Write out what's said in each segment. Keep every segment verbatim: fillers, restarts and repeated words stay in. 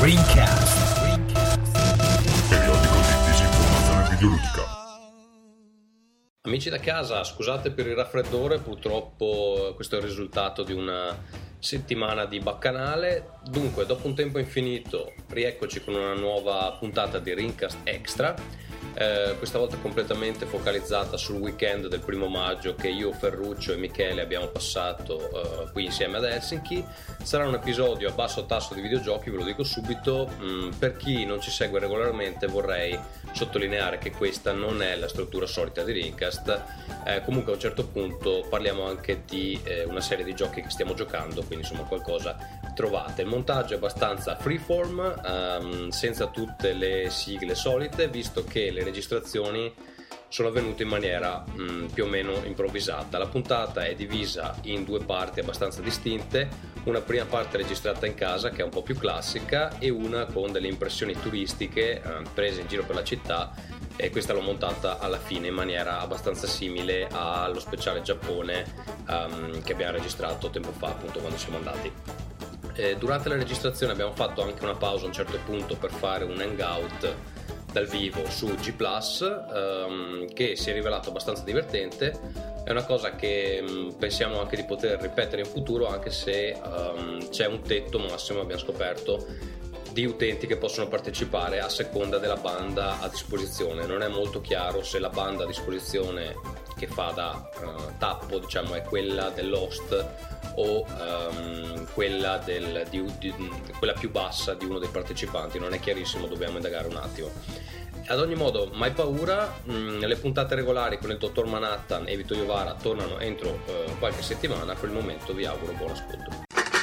Rincast. Periodico di disinformazione videoludica. Amici da casa, scusate per il raffreddore, purtroppo questo è il risultato di una settimana di baccanale. Dunque, dopo un tempo infinito, rieccoci con una nuova puntata di Rincast Extra. Eh, questa volta completamente focalizzata sul weekend del primo maggio che io, Ferruccio e Michele abbiamo passato eh, qui insieme ad Helsinki. Sarà un episodio a basso tasso di videogiochi, ve lo dico subito. Mm, per chi non ci segue regolarmente vorrei sottolineare che questa non è la struttura solita di Rincast. Eh, comunque a un certo punto parliamo anche di eh, una serie di giochi che stiamo giocando, quindi insomma qualcosa trovate. Il montaggio è abbastanza freeform, ehm, senza tutte le sigle solite, visto che le registrazioni sono avvenute in maniera mh, più o meno improvvisata. La puntata è divisa in due parti abbastanza distinte, una prima parte registrata in casa che è un po' più classica e una con delle impressioni turistiche eh, prese in giro per la città, e questa l'ho montata alla fine in maniera abbastanza simile allo speciale Giappone um, che abbiamo registrato tempo fa, appunto quando siamo andati. Eh, durante la registrazione abbiamo fatto anche una pausa a un certo punto per fare un hangout dal vivo su G plus, um, che si è rivelato abbastanza divertente. È una cosa che um, pensiamo anche di poter ripetere in futuro, anche se um, c'è un tetto massimo, abbiamo scoperto, di utenti che possono partecipare a seconda della banda a disposizione. Non è molto chiaro se la banda a disposizione che fa da uh, tappo, diciamo, è quella dell'host o um, quella, del, di, di, quella più bassa di uno dei partecipanti. Non è chiarissimo, dobbiamo indagare un attimo. Ad ogni modo, mai paura, mh, le puntate regolari con il dottor Manhattan e Vito Iovara tornano entro uh, qualche settimana. Per il momento vi auguro buon ascolto.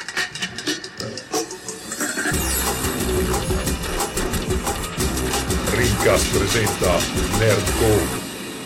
Rincast presenta Nerdcore.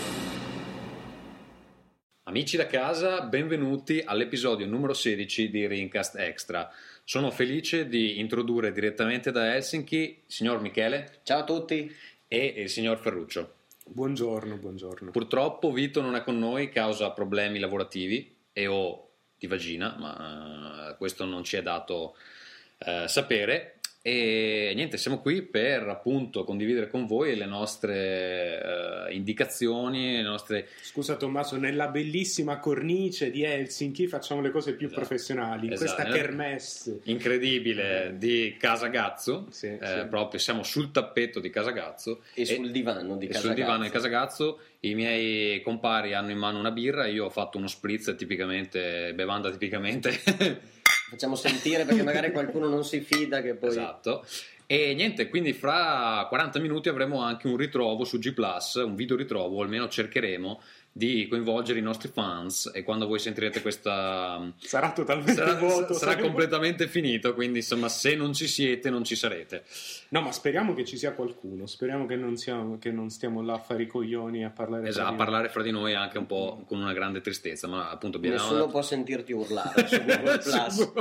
Amici da casa, benvenuti all'episodio numero sedici di Rincast Extra. Sono felice di introdurre direttamente da Helsinki il signor Michele. Ciao a tutti. E il signor Ferruccio. Buongiorno, buongiorno. Purtroppo Vito non è con noi causa problemi lavorativi e o di vagina, ma uh, questo non ci è dato uh, sapere. E niente, siamo qui per appunto condividere con voi le nostre uh, indicazioni, le nostre... Scusa Tommaso, nella bellissima cornice di Helsinki facciamo le cose più esatto. professionali, in esatto. questa kermesse incredibile di Casa Gazzo, sì, eh, sì. proprio siamo sul tappeto di Casa Gazzo e, e sul divano di e Casa sul Gazzo. divano di Casa Gazzo. I miei compari hanno in mano una birra, io ho fatto uno spritz tipicamente, bevanda tipicamente facciamo sentire perché magari qualcuno non si fida che poi... Esatto. E niente, quindi fra quaranta minuti avremo anche un ritrovo su G plus, un video ritrovo, o almeno cercheremo di coinvolgere i nostri fans, e quando voi sentirete questa sarà totalmente sarà, vuoto, sarà completamente finito, quindi insomma se non ci siete non ci sarete. No, ma speriamo che ci sia qualcuno, speriamo che non, siamo, che non stiamo là a fare i coglioni a parlare esatto, fra a parlare fra di noi anche un po' con una grande tristezza, ma appunto nessuno una... può sentirti urlare su Google Plus.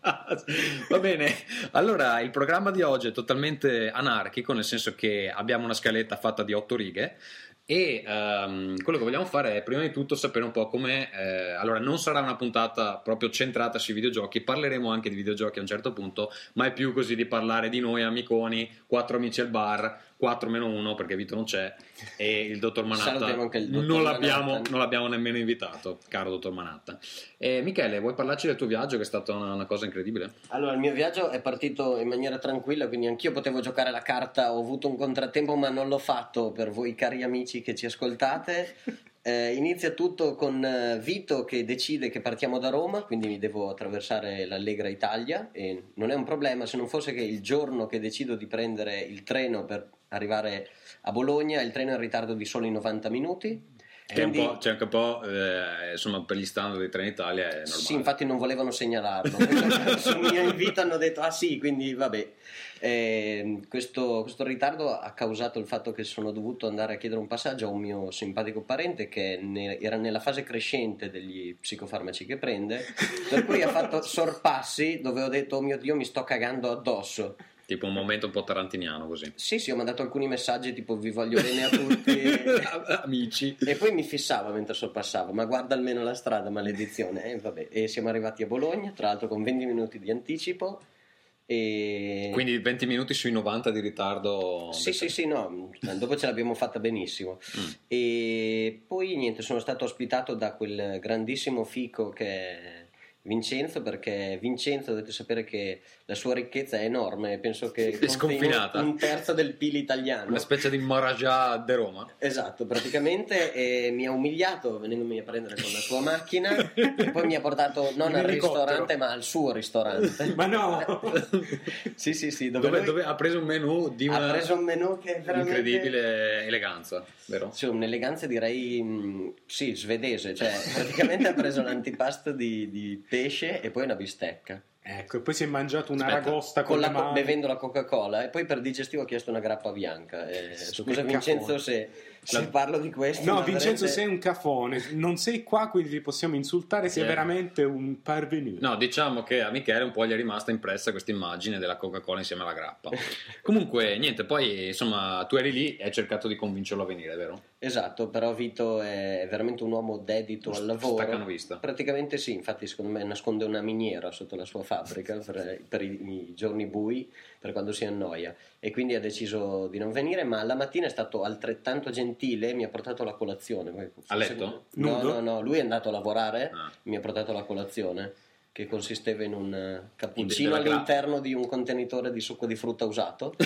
Va bene, allora il programma di oggi è totalmente anarchico, nel senso che abbiamo una scaletta fatta di otto righe. E um, quello che vogliamo fare è prima di tutto sapere un po' come eh, allora non sarà una puntata proprio centrata sui videogiochi, parleremo anche di videogiochi a un certo punto, ma è più così di parlare di noi amiconi, quattro amici al bar, quattro meno uno perché Vito non c'è e il dottor Manhattan il dottor non, l'abbiamo, Manhattan. non l'abbiamo nemmeno invitato, caro dottor Manhattan. E Michele, vuoi parlarci del tuo viaggio che è stata una, una cosa incredibile? Allora, il mio viaggio è partito in maniera tranquilla, quindi anch'io potevo giocare la carta, ho avuto un contrattempo ma non l'ho fatto per voi cari amici che ci ascoltate. Eh, inizia tutto con Vito che decide che partiamo da Roma, quindi mi devo attraversare l'Allegra Italia e non è un problema, se non fosse che il giorno che decido di prendere il treno per arrivare a Bologna il treno è in ritardo di soli novanta minuti. Quindi, un po', c'è anche un po' eh, insomma per gli standard di Trenitalia è normale. Sì, infatti non volevano segnalarlo. Sul mio invito hanno detto ah sì, quindi vabbè. Eh, questo, questo ritardo ha causato il fatto che sono dovuto andare a chiedere un passaggio a un mio simpatico parente che ne, era nella fase crescente degli psicofarmaci che prende, per cui ha fatto sorpassi dove ho detto oh mio Dio mi sto cagando addosso. Tipo un momento un po' tarantiniano così. Sì, sì, ho mandato alcuni messaggi tipo vi voglio bene a tutti amici, e poi mi fissavo mentre sorpassavo, ma guarda almeno la strada, maledizione. E eh, vabbè, e siamo arrivati a Bologna, tra l'altro con venti minuti di anticipo. E... Quindi venti minuti sui novanta di ritardo. Sì, sì, sì, no, dopo ce l'abbiamo fatta benissimo. Mm. E poi niente, sono stato ospitato da quel grandissimo fico che è Vincenzo, perché Vincenzo dovete sapere che la sua ricchezza è enorme, penso che è sconfinata, un terzo del P I L italiano, una specie di Maharaja de Roma. Esatto, praticamente, e mi ha umiliato venendomi a prendere con la sua macchina e poi mi ha portato non al ristorante ma al suo ristorante. Ma no! Sì, sì, sì, dove, dove, lui... dove ha preso un menù di una ha preso un menù che è veramente incredibile eleganza, vero? Sì, un'eleganza direi mh, sì, svedese, cioè praticamente ha preso l'antipasto di, di pesce e poi una bistecca. Ecco, e poi si è mangiato una Aspetta, ragosta con con la, le mani. bevendo la Coca-Cola, e poi per digestivo ha chiesto una grappa bianca. Eh, scusa Vincenzo se, se la... parlo di questo. No, Vincenzo, veramente... sei un cafone, non sei qua, quindi ti possiamo insultare, sei eh. veramente un parvenu. No, diciamo che a Michele un po' gli è rimasta impressa questa immagine della Coca-Cola insieme alla grappa. Comunque, niente, poi insomma tu eri lì e hai cercato di convincerlo a venire, vero? Esatto, però Vito è veramente un uomo dedito al lavoro. Staccanovista. Praticamente sì, infatti secondo me nasconde una miniera sotto la sua fabbrica per, per i, i giorni bui, per quando si annoia, e quindi ha deciso di non venire, ma la mattina è stato altrettanto gentile, mi ha portato la colazione. A letto? No, no, no, lui è andato a lavorare, ah. mi ha portato la colazione, che consisteva in un cappuccino all'interno di un contenitore di succo di frutta usato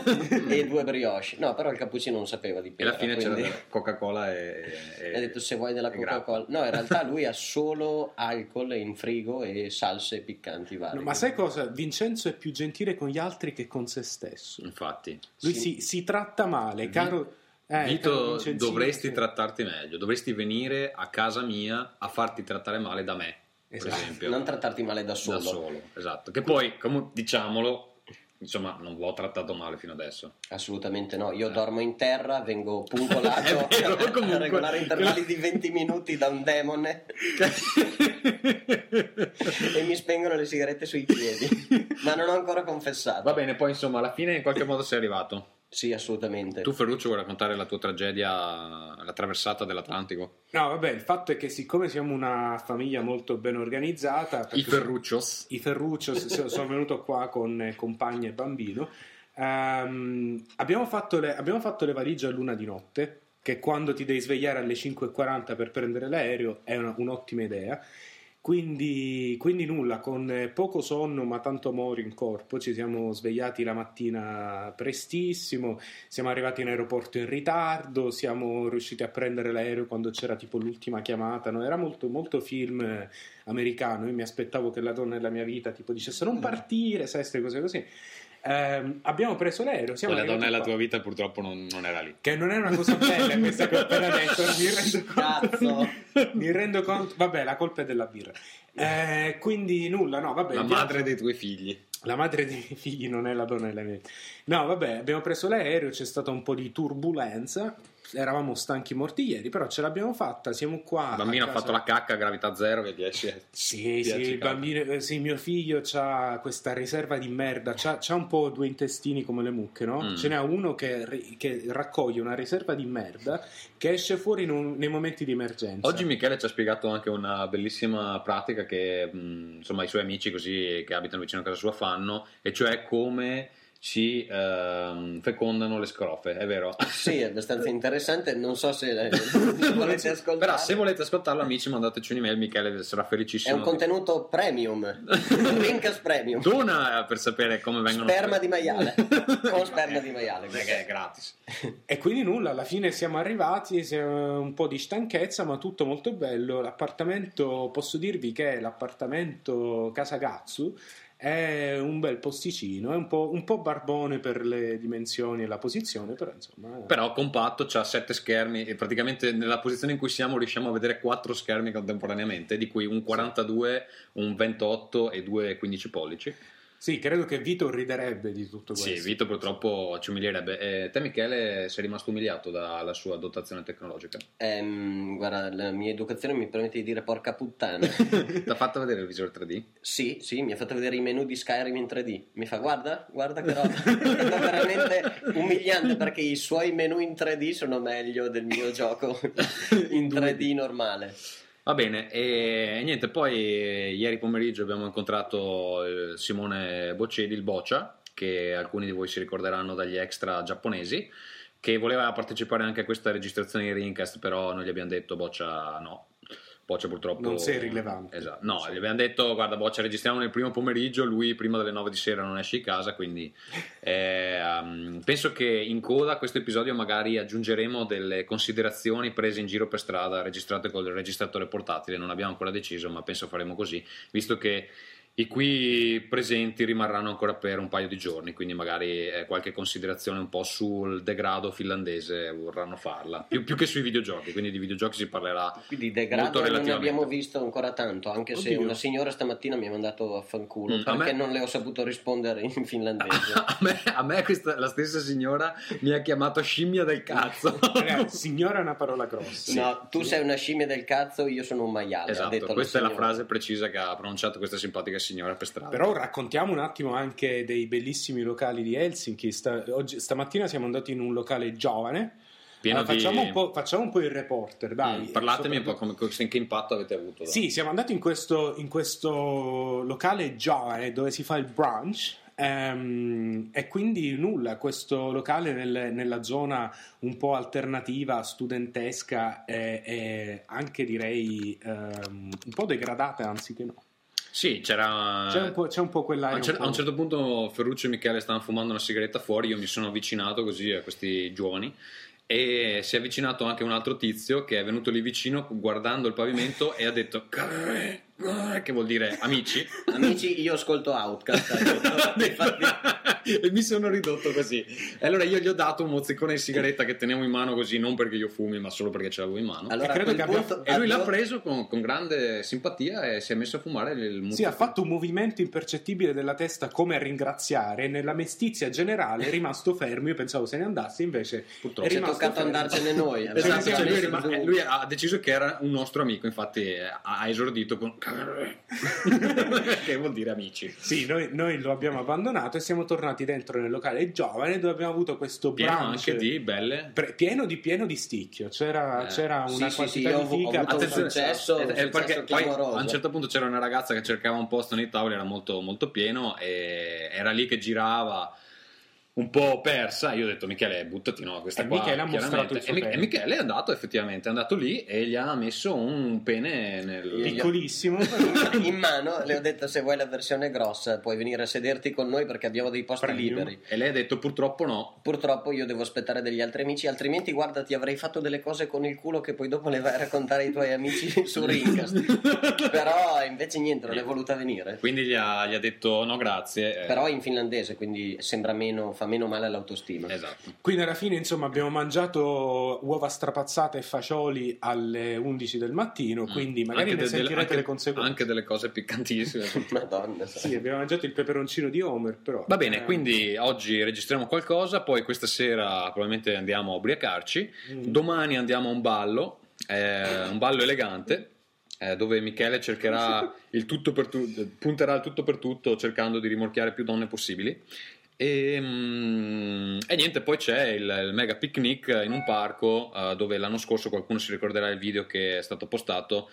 e due brioche. No, però il cappuccino non sapeva di pera. E alla fine quindi... c'era Coca-Cola e, e... ha detto se vuoi della Coca-Cola. No, in realtà lui ha solo alcol in frigo e salse piccanti varie. No, ma sai cosa? Vincenzo è più gentile con gli altri che con se stesso. Infatti. Lui sì. si, si tratta male, caro... Eh, Vito, dovresti sì. trattarti meglio, dovresti venire a casa mia a farti trattare male da me. Esatto. Per esempio, non trattarti male da solo. da solo, esatto. Che poi, come diciamolo, insomma, non l'ho trattato male fino adesso. Assolutamente no. Io eh. dormo in terra, vengo puncolato vero, a comunque... regolare intervalli di venti minuti da un demone e mi spengono le sigarette sui piedi. Ma non ho ancora confessato. Va bene, poi insomma, alla fine in qualche modo sei arrivato. Sì, assolutamente. Tu, Ferruccio, vuoi raccontare la tua tragedia, la traversata dell'Atlantico? No, vabbè, il fatto è che siccome siamo una famiglia molto ben organizzata... I Ferruccios. I Ferruccios, sono venuto qua con compagna e bambino. Um, abbiamo, fatto le, abbiamo fatto le valigie a luna di notte, che quando ti devi svegliare alle cinque e quaranta per prendere l'aereo è una, un'ottima idea. Quindi, quindi nulla, con poco sonno ma tanto amore in corpo ci siamo svegliati la mattina prestissimo, siamo arrivati in aeroporto in ritardo, siamo riusciti a prendere l'aereo quando c'era tipo l'ultima chiamata, no? Era molto, molto film americano, io mi aspettavo che la donna della mia vita tipo dicesse non partire, sai, queste cose così. Eh, abbiamo preso l'aereo, siamo la donna della qua. tua vita purtroppo non, non era lì, che non è una cosa bella questa che ho appena detto, mi rendo conto, mi rendo conto, vabbè, la colpa è della birra, eh, quindi nulla, no, vabbè, la madre dei tuoi figli, la madre dei miei figli non è la donna della mia vita. No, vabbè, abbiamo preso l'aereo, c'è stata un po' di turbolenza, eravamo stanchi morti ieri, però ce l'abbiamo fatta, siamo qua. Il bambino ha fatto la cacca a gravità zero che dieci sì, sì, il bambino, sì, mio figlio c'ha questa riserva di merda, c'ha, c'ha un po' due intestini come le mucche, no? Mm. Ce n'è uno che, che raccoglie una riserva di merda che esce fuori in un, nei momenti di emergenza. Oggi Michele ci ha spiegato anche una bellissima pratica che mh, insomma i suoi amici così che abitano vicino a casa sua fanno, e cioè come ci uh, fecondano le scrofe, è vero? Sì, è abbastanza interessante, non so se volete ascoltare. Però se volete ascoltarlo, amici, mandateci un'email, Michele sarà felicissimo. È un contenuto premium, Rincast premium. Dona per sapere come vengono sperma di maiale, con sperma di maiale, perché è gratis. E quindi nulla, alla fine siamo arrivati, siamo un po' di stanchezza, ma tutto molto bello. L'appartamento, posso dirvi che è l'appartamento Kasagazzu, è un bel posticino, è un po', un po' barbone per le dimensioni e la posizione, però insomma... È... Però compatto, c'ha sette schermi e praticamente nella posizione in cui siamo riusciamo a vedere quattro schermi contemporaneamente, di cui un quarantadue, un ventotto e due quindici pollici. Sì, credo che Vito riderebbe di tutto questo. Sì, Vito purtroppo ci umilierebbe. E te, Michele, sei rimasto umiliato dalla sua dotazione tecnologica? Ehm, guarda, la mia educazione mi permette di dire porca puttana. Ti ha fatto vedere il visore tre D? Sì, sì, mi ha fatto vedere i menu di Skyrim in tre D. Mi fa, guarda, guarda che roba. È veramente umiliante perché i suoi menu in tre D sono meglio del mio gioco in tre D normale. Va bene, e, e niente, poi eh, ieri pomeriggio abbiamo incontrato eh, Simone Boccedi, il Boccia, che alcuni di voi si ricorderanno dagli extra giapponesi, che voleva partecipare anche a questa registrazione di Rincast, però noi gli abbiamo detto Boccia no. Boccia purtroppo non sei rilevante. Esatto. No, sì. Gli abbiamo detto guarda Boccia, registriamo nel primo pomeriggio, lui prima delle nove di sera non esce di casa, quindi eh, um, penso che in coda a questo episodio magari aggiungeremo delle considerazioni prese in giro per strada registrate col registratore portatile, non abbiamo ancora deciso, ma penso faremo così, visto che i qui presenti rimarranno ancora per un paio di giorni, quindi magari eh, qualche considerazione un po' sul degrado finlandese vorranno farla, più, più che sui videogiochi, quindi di videogiochi si parlerà. Quindi molto degrado non ne relativamente. abbiamo visto ancora tanto, anche se Oddio. una signora stamattina mi ha mandato a fanculo Mm, a perché me- non le ho saputo rispondere in finlandese. A me, a me questa, la stessa signora mi ha chiamato scimmia del cazzo. Ragazzi, signora è una parola grossa. No, tu sei una scimmia del cazzo, io sono un maiale. ha Esatto, detto la questa è la signora. frase precisa che ha pronunciato questa simpatica signora per strada. Però raccontiamo un attimo anche dei bellissimi locali di Helsinki. Sta- oggi, stamattina siamo andati in un locale giovane. Pieno Allora, facciamo, di- un po', facciamo un po' il reporter, dai. Mm, parlatemi un po' Soprattutto- come, che impatto avete avuto. Sì, siamo andati in questo, in questo locale giovane dove si fa il brunch. ehm, e quindi nulla, questo locale nel- nella zona un po' alternativa, studentesca e, e anche direi ehm, un po' degradata, anziché no. Sì, c'era... C'è un po', c'è un po' A quell'aria. un, cer- un a un po'- certo punto Ferruccio e Michele stavano fumando una sigaretta fuori, io mi sono avvicinato così a questi giovani e si è avvicinato anche un altro tizio che è venuto lì vicino guardando il pavimento e ha detto che vuol dire amici. Amici, io ascolto Outcast. ha detto. Infatti, E mi sono ridotto così. E allora io gli ho dato un mozzicone di sigaretta che tenevo in mano così, non perché io fumi, ma solo perché ce l'avevo in mano. allora, E credo a quel che abbia- punto- E lui l'ha allora- preso con, con grande simpatia e si è messo a fumare il mozzicone. Sì, ha fatto un movimento impercettibile della testa come a ringraziare. Nella mestizia generale è rimasto fermo. Io pensavo se ne andasse, invece Purtroppo. è Ci è rimasto toccato fermo. andarcene noi. Esatto, Avevamo cioè lui, messo è rima- giù- lui ha deciso che era un nostro amico, infatti eh, ha esordito con che vuol dire amici. Sì, noi, noi lo abbiamo abbandonato e siamo tornati dentro nel locale giovane dove abbiamo avuto questo Pieno brunch anche di belle. pre- pieno di pieno di sticchio. C'era, Eh, c'era sì, una sì, quantità sì, io di ho- ho fica. avuto un Attenzione, successo, eh, un eh, successo perché poi clamoroso. a un certo punto c'era una ragazza che cercava un posto nei tavoli, era molto, molto pieno e era lì che girava un po' persa. Io ho detto Michele buttati, no, questa E qua Michele ha mostrato chiaramente. il suo e, Mi- pene. e Michele è andato effettivamente, è andato lì e gli ha messo un pene nel Piccolissimo. in mano le ho detto se vuoi la versione grossa puoi venire a sederti con noi perché abbiamo dei posti Premium. liberi. e lei ha detto purtroppo no. Purtroppo io devo aspettare degli altri amici, altrimenti guarda ti avrei fatto delle cose con il culo che poi dopo le vai a raccontare ai tuoi amici su Rincast. Però invece niente, non è voluta venire. Quindi gli ha, gli ha detto no grazie. eh, Però è in finlandese, quindi sembra meno, fa meno male all'autostima. Esatto. Quindi alla fine, insomma, abbiamo mangiato uova strapazzate e fagioli alle undici del mattino, quindi magari Anche ne de- delle- sentirete anche- le conseguenze. Anche delle cose piccantissime. Madonna. Sì, abbiamo mangiato il peperoncino di Homer, però. Va bene, eh, quindi oggi registriamo qualcosa, poi questa sera probabilmente andiamo a ubriacarci, Mm. domani andiamo a un ballo, eh, un ballo elegante, eh, dove Michele cercherà il tutto per tu- punterà il tutto per tutto cercando di rimorchiare più donne possibili. E, mm, e niente, poi c'è il, il mega picnic in un parco eh, dove l'anno scorso qualcuno si ricorderà il video che è stato postato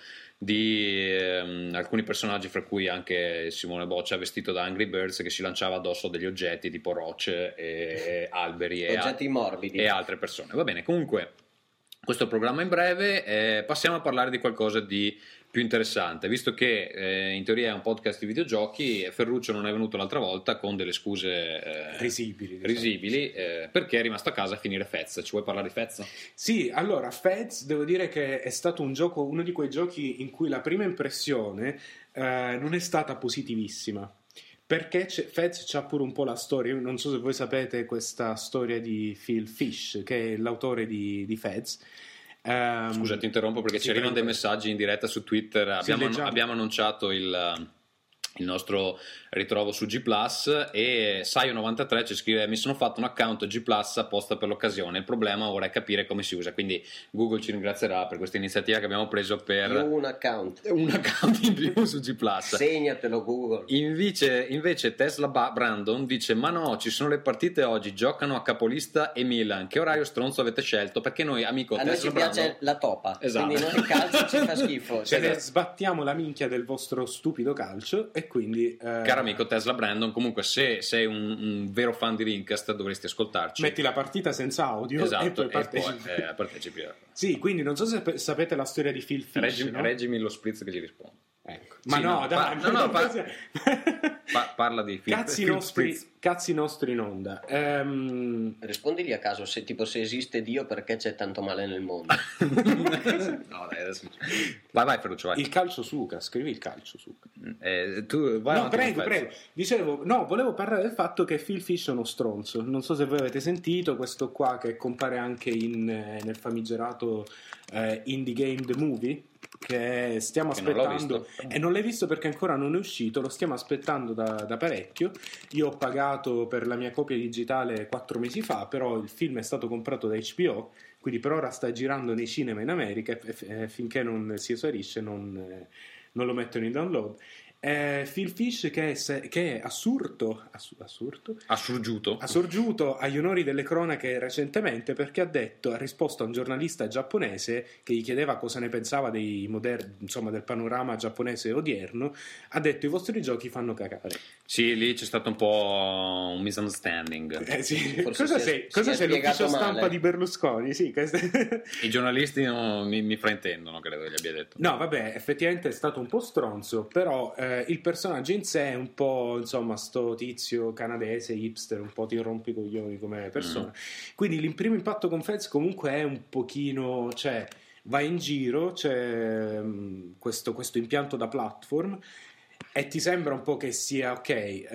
di ehm, alcuni personaggi, fra cui anche Simone Boccia vestito da Angry Birds che si lanciava addosso degli oggetti tipo rocce e alberi e, Oggetti morbidi. e altre persone. Va bene, comunque questo è il programma in breve, eh, passiamo a parlare di qualcosa di più interessante, visto che eh, in teoria è un podcast di videogiochi e Ferruccio non è venuto l'altra volta con delle scuse eh, Risibili, diciamo. risibili, eh, perché è rimasto a casa a finire Fez. Ci vuoi parlare di Fez? Sì, allora, Fez devo dire che è stato un gioco, uno di quei giochi in cui la prima impressione eh, non è stata positivissima. Perché c'è, Fez c'ha pure un po' la storia. Io non so se voi sapete questa storia di Phil Fish, che è l'autore di, di Fez. Ehm, Scusa, ti interrompo perché sì, ci arrivano dei prego. messaggi in diretta su Twitter. Sì, Abbiamo, leggiamo. abbiamo annunciato il, il nostro ritrovo su G Plus, e Saio novantatré ci scrive: mi sono fatto un account G Plus apposta per l'occasione, il problema ora è capire come si usa, quindi Google ci ringrazierà per questa iniziativa che abbiamo preso per Io un account un account in più su G Plus. Segnatelo Google. Invece, invece Tesla ba- Brandon dice: ma no, ci sono le partite oggi, giocano a capolista e Milan, che orario stronzo avete scelto? Perché noi, amico A noi Tesla ci piace Brandon, la topa, Esatto. quindi noi il calcio ci fa schifo. Ce Cioè, ne sbattiamo la minchia del vostro stupido calcio e quindi eh, caro amico Tesla Brandon, comunque se sei un, un vero fan di Rincast dovresti ascoltarci. metti la partita senza audio Esatto, e poi e partecipi. poi eh, partecipi. Sì, quindi non so se sap- sapete la storia di Phil Fish, Reggi- no? Reggimi lo spritz che gli rispondo. Ecco. Ma Sì, no, no, dai, pa- no, no, pa- così- Pa- parla di Phil, cazzi, Phil nostri, Spritz. cazzi nostri in onda. Ehm, Rispondigli a caso, se tipo se esiste Dio, perché c'è tanto male nel mondo. No, dai, adesso... Vai, vai, Ferruccio, vai. il calcio suca, scrivi il calcio suca. Eh, tu vai No, avanti prego, con Fez. prego. Dicevo, no, volevo parlare del fatto che Phil Fish è uno stronzo. Non so se voi avete sentito questo qua che compare anche in, eh, nel famigerato eh, Indie Game The Movie, che stiamo Che non l'ho aspettando visto. e non l'hai visto perché ancora non è uscito, lo stiamo aspettando da, da parecchio. Io ho pagato per la mia copia digitale quattro mesi fa, però il film è stato comprato da H B O, quindi per ora sta girando nei cinema in America e, e finché non si esaurisce non, eh, non lo mettono in download. Eh, Phil Fish che è, se- che è assurdo, assu- assurdo Ha surgiuto. ha sorgiuto agli onori delle cronache recentemente perché ha detto, ha risposto a un giornalista giapponese che gli chiedeva cosa ne pensava dei moderni, insomma, del panorama giapponese odierno. Ha detto: i vostri giochi fanno cagare. Sì, lì c'è stato un po' un misunderstanding. Eh, sì. Forse Cosa si è- sei? si Cosa è sei l'ufficio spiegato stampa male. di Berlusconi? Sì, questo- I giornalisti non mi, mi fraintendono, credo che gli abbia detto. No, vabbè, effettivamente è stato un po' stronzo, però eh, il personaggio in sé è un po', insomma, sto tizio canadese, hipster, un po' ti rompi i coglioni come persona. Mm. Quindi il primo impatto con Fez comunque è un pochino, cioè, vai in giro, c'è mh, questo, questo impianto da platform e ti sembra un po' che sia, ok,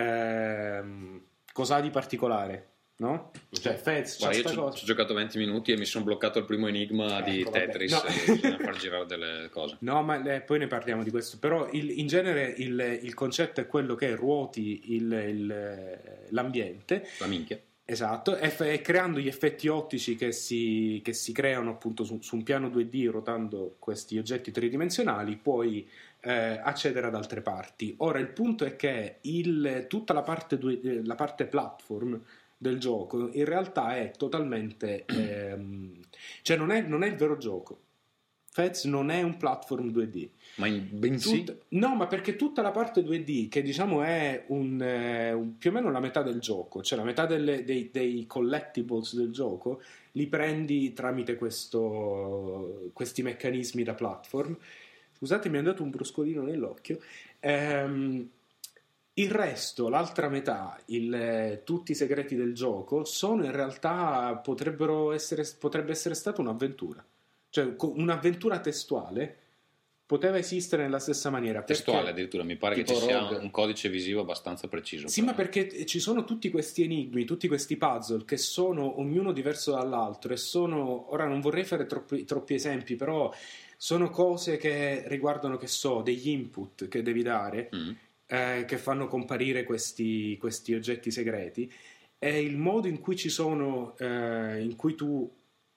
ehm, cosa ha di particolare? No? Cioè, Fez c'ha Guarda, io sta ci, cosa. ci ho giocato venti minuti e mi sono bloccato al primo enigma di Ecco, vabbè. Tetris No. e bisogna far girare delle cose. No, ma eh, poi ne parliamo di questo. Però il- in genere il, il concetto è quello che ruoti il- il- l'ambiente, La minchia. esatto, e, f- e creando gli effetti ottici che si, che si creano appunto su, su un piano due D, ruotando questi oggetti tridimensionali, puoi eh, accedere ad altre parti. Ora il punto è che il- tutta la parte, due- eh, la parte platform del gioco in realtà è totalmente ehm, cioè non è, non è il vero gioco. Fez non è un platform due D. Ma in bensì... Tut- no, ma perché tutta la parte due D, che diciamo è un, eh, un- più o meno la metà del gioco, cioè la metà delle- dei, dei collectibles del gioco, li prendi tramite questo, questi meccanismi da platform. Scusate, mi è andato un bruscolino nell'occhio. Ehm, il resto, l'altra metà, il, eh, tutti i segreti del gioco, sono in realtà, potrebbero essere, potrebbe essere stata un'avventura. Cioè, co- un'avventura testuale poteva esistere nella stessa maniera. Testuale perché- addirittura, mi pare che Tipo ci sia Rogue. un codice visivo abbastanza preciso. Sì, ma perché ci sono tutti questi enigmi, tutti questi puzzle che sono ognuno diverso dall'altro e sono, ora non vorrei fare troppi, troppi esempi, però sono cose che riguardano, che so, degli input che devi dare, Mm. eh, che fanno comparire questi, questi oggetti segreti, e il modo in cui ci sono, eh, in cui tu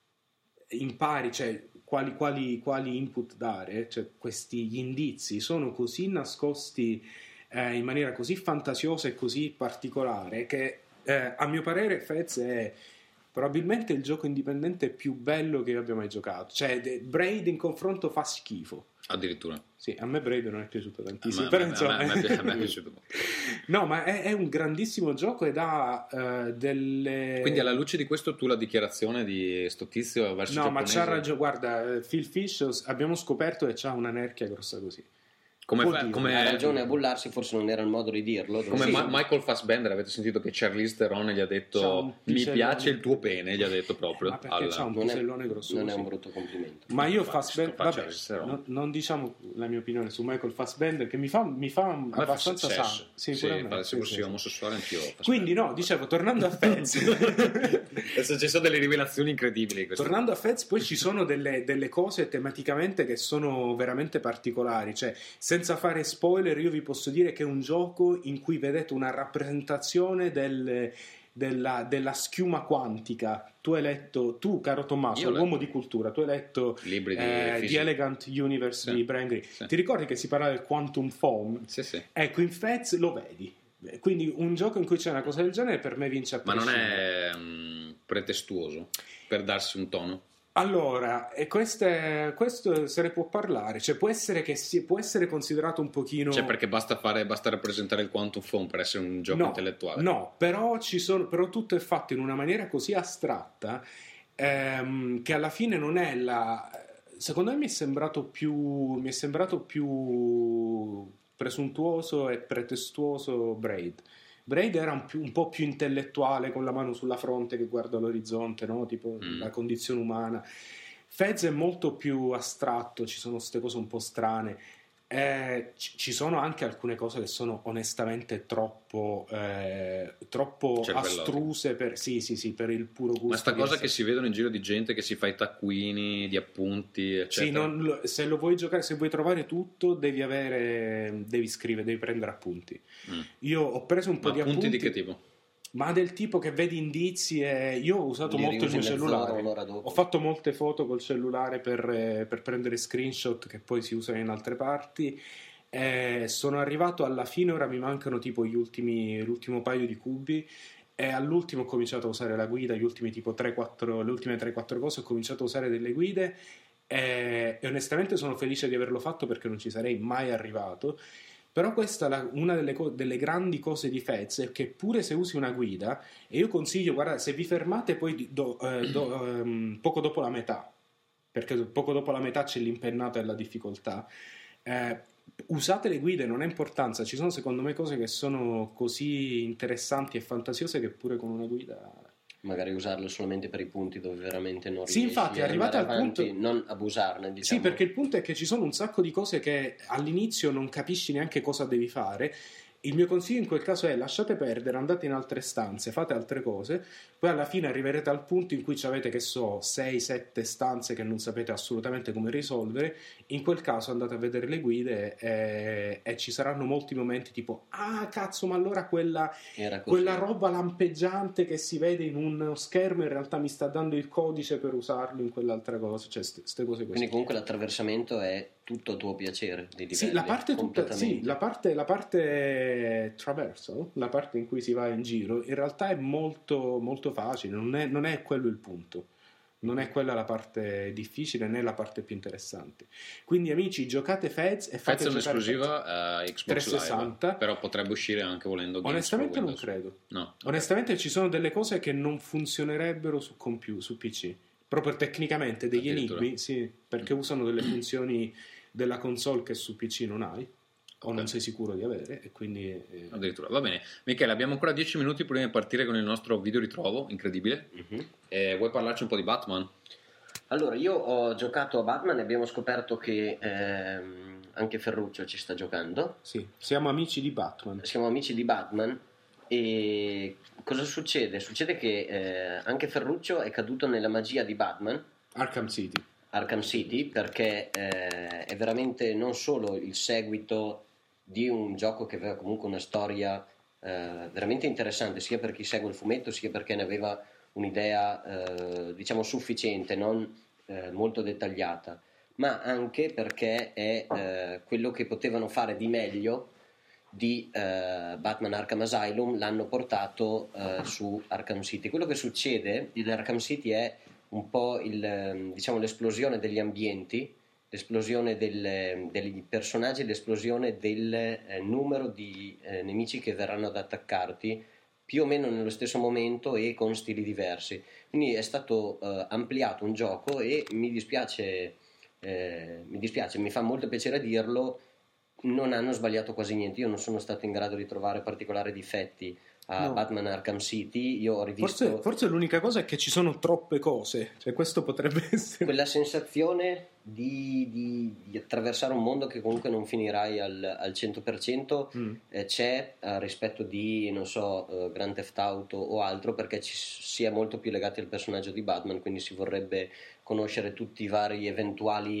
impari, cioè quali, quali, quali input dare, cioè questi gli indizi sono così nascosti eh, in maniera così fantasiosa e così particolare che eh, a mio parere Fez è probabilmente il gioco indipendente più bello che io abbia mai giocato. Cioè de- Braid in confronto fa schifo. Addirittura. Sì, a me Braid non è piaciuto A tantissimo, me, però a me- insomma... a me- a me- a me è piaciuto molto. No, ma è, è un grandissimo gioco ed ha eh, delle... Quindi alla luce di questo tu la dichiarazione di sto tizio verso No, il ma giapponese... c'ha ragione, guarda, eh, Phil Fish abbiamo scoperto che c'ha una nerchia grossa così. Come, Può fa- dire, come, Ha ragione a bullarsi, forse non era il modo di dirlo. come Sì. Ma- Michael Fassbender, avete sentito che Charlize Theron gli ha C'ha detto un mi pisellone. piace il tuo pene, gli ha detto proprio. Ma perché al- c'ha un Non è, pisellone grosso non è così. un brutto complimento. Ma io Fa- Fassbender, sto vabbè, Charlize Theron. non, non diciamo la mia opinione su Michael Fassbender, che mi fa, mi fa A me fa abbastanza sesso. sano. Sì, Sicuramente, fa- sì, se sì, fossi sì. omosessuale anch'io. Fassbender. Quindi no, dicevo, tornando a Fez Adesso ci sono delle rivelazioni incredibili. queste. Tornando a Fez, poi ci sono delle, delle cose tematicamente che sono veramente particolari. Cioè, se senza fare spoiler, io vi posso dire che è un gioco in cui vedete una rappresentazione del, della, della schiuma quantica. Tu hai letto, tu caro Tommaso, l'uomo di cultura, tu hai letto libri di eh, fisica. The Elegant Universe Sì. di Brian Greene. Sì. Ti ricordi che si parla del quantum foam? Sì, sì. Ecco, in Fez lo vedi. Quindi un gioco in cui c'è una cosa del genere per me vince a Ma non prescindere. è um, pretestuoso per darsi un tono? Allora, e queste, questo se ne può parlare, cioè può essere che si, può essere considerato un pochino... Cioè perché basta fare, basta rappresentare il quantum foam per essere un gioco no, intellettuale? No, però, ci sono, però tutto è fatto in una maniera così astratta ehm, che alla fine non è la... Secondo me mi è sembrato più, mi è sembrato più presuntuoso e pretestuoso Braid. Braid era un, più, un po' più intellettuale, con la mano sulla fronte che guarda l'orizzonte, no? Tipo Mm. la condizione umana. Fez è molto più astratto, ci sono queste cose un po' strane. Eh, ci, ci sono anche alcune cose che sono onestamente troppo, eh, troppo Cervellotiche. astruse per, sì, sì, sì, per il puro gusto. Ma sta di cosa essere- che si vedono in giro di gente che si fa i taccuini di appunti, eccetera. Sì, non lo- se lo vuoi giocare, se vuoi trovare tutto, devi avere, devi scrivere, devi prendere appunti. Mm. Io ho preso un po' Ma di appunti appunti, di che tipo? ma del tipo che vedi indizi e io ho usato Li molto il riusi mio mezz'ora, cellulare. un'ora dopo. Ho fatto molte foto col cellulare per, eh, per prendere screenshot che poi si usano in altre parti. Eh, sono arrivato alla fine, ora mi mancano tipo gli ultimi, l'ultimo paio di cubi. E all'ultimo ho cominciato a usare la guida, gli ultimi tipo tre quattro, le ultime tre quattro cose ho cominciato a usare delle guide e, e onestamente sono felice di averlo fatto perché non ci sarei mai arrivato. Però questa è la- una delle, co- delle grandi cose di Fez è che pure se usi una guida, e io consiglio, guarda, se vi fermate poi di- do- eh, do- ehm, poco dopo la metà, perché poco dopo la metà c'è l'impennata e la difficoltà, eh, usate le guide, non ha importanza, ci sono secondo me cose che sono così interessanti e fantasiose che pure con una guida... Magari usarlo solamente per i punti dove veramente non Sì, riesci infatti, ad arrivate andare al avanti, punto- non abusarne, diciamo. Sì, perché il punto è che ci sono un sacco di cose che all'inizio non capisci neanche cosa devi fare. Il mio consiglio in quel caso è lasciate perdere, andate in altre stanze, fate altre cose, poi alla fine arriverete al punto in cui avete, che so, sei sette stanze che non sapete assolutamente come risolvere. In quel caso andate a vedere le guide e, e ci saranno molti momenti tipo ah cazzo, ma allora quella, Era così. quella roba lampeggiante che si vede in uno schermo in realtà mi sta dando il codice per usarlo in quell'altra cosa, cioè queste cose così. Quindi comunque l'attraversamento è tutto a tuo piacere di livelli, Sì, la parte tutta, sì, completamente. la parte, la parte traversal, la parte in cui si va in giro, in realtà è molto, molto facile, non è, non è quello il punto, non è quella la parte difficile né la parte più interessante. Quindi amici, giocate Fez e fate Fez è giocare un'esclusiva eh, Xbox trecentosessanta. Live, però potrebbe uscire anche volendo Games Onestamente for non Windows. credo. No. Onestamente ci sono delle cose che non funzionerebbero su computer, su P C, proprio tecnicamente degli Addirittura. enigmi, sì, perché usano delle funzioni della console che su P C non hai o Ok. non sei sicuro di avere e quindi eh, Addirittura, va bene. Michele, abbiamo ancora dieci minuti prima di partire con il nostro video ritrovo, incredibile. Mhm. Eh, vuoi parlarci un po' di Batman? Allora, io ho giocato a Batman e abbiamo scoperto che ehm, anche Ferruccio ci sta giocando. sì, siamo amici di Batman. Siamo amici di Batman e cosa succede? Succede che eh, anche Ferruccio è caduto nella magia di Batman, Arkham City. Arkham City, perché eh, è veramente non solo il seguito di un gioco che aveva comunque una storia eh, veramente interessante, sia per chi segue il fumetto, sia perché ne aveva un'idea eh, diciamo sufficiente, non eh, molto dettagliata, ma anche perché è eh, quello che potevano fare di meglio di eh, Batman Arkham Asylum l'hanno portato eh, su Arkham City. Quello che succede in Arkham City è un po' il, ehm, diciamo, l'esplosione degli ambienti, l'esplosione del, dei personaggi, l'esplosione del eh, numero di eh, nemici che verranno ad attaccarti più o meno nello stesso momento e con stili diversi. Quindi è stato eh, ampliato un gioco e mi dispiace, eh, mi dispiace, mi fa molto piacere dirlo, non hanno sbagliato quasi niente. Io non sono stato in grado di trovare particolari difetti a No. Batman Arkham City. Io ho rivisto Forse, forse l'unica cosa è che ci sono troppe cose, cioè questo potrebbe essere... quella sensazione di, di- di attraversare un mondo che comunque non finirai al, al cento per cento. Mm. eh, c'è eh, rispetto di, non so, eh, Grand Theft Auto o altro, perché ci si è molto più legati al personaggio di Batman, quindi si vorrebbe conoscere tutti i vari eventuali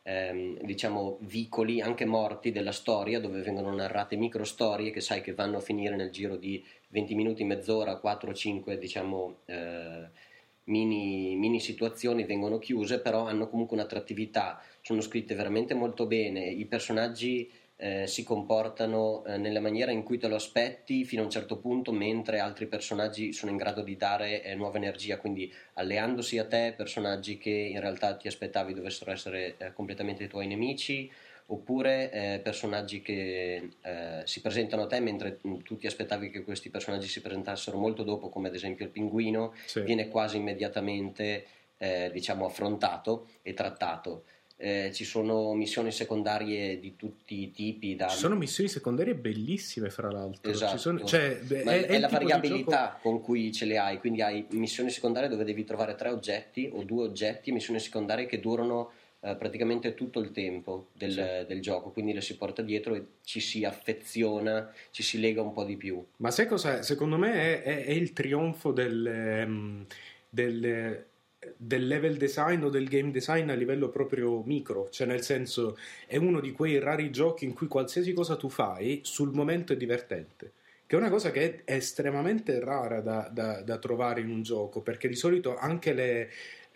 ehm, diciamo vicoli anche morti della storia, dove vengono narrate micro storie che sai che vanno a finire nel giro di venti minuti, mezz'ora, quattro cinque diciamo eh, mini, mini situazioni vengono chiuse, però hanno comunque un'attrattività, sono scritte veramente molto bene, i personaggi Eh, si comportano eh, nella maniera in cui te lo aspetti fino a un certo punto, mentre altri personaggi sono in grado di dare eh, nuova energia, quindi alleandosi a te personaggi che in realtà ti aspettavi dovessero essere eh, completamente i tuoi nemici, oppure eh, personaggi che eh, si presentano a te mentre mh, tu ti aspettavi che questi personaggi si presentassero molto dopo, come ad esempio il pinguino, Sì. viene quasi immediatamente eh, diciamo affrontato e trattato. Eh, ci sono missioni secondarie di tutti i tipi. Da... Ci sono missioni secondarie bellissime, fra l'altro. Esatto. Ci sono, cioè, Ma è, è, è il la tipo di variabilità gioco- con cui ce le hai, quindi hai missioni secondarie dove devi trovare tre oggetti o due oggetti, missioni secondarie che durano eh, praticamente tutto il tempo del, Sì. del gioco, quindi le si porta dietro e ci si affeziona, ci si lega un po' di più. Ma sai cosa? Secondo me è, è- è il trionfo del, ehm, del, del level design o del game design a livello proprio micro, cioè nel senso è uno di quei rari giochi in cui qualsiasi cosa tu fai sul momento è divertente, che è una cosa che è estremamente rara da, da- da trovare in un gioco, perché di solito anche le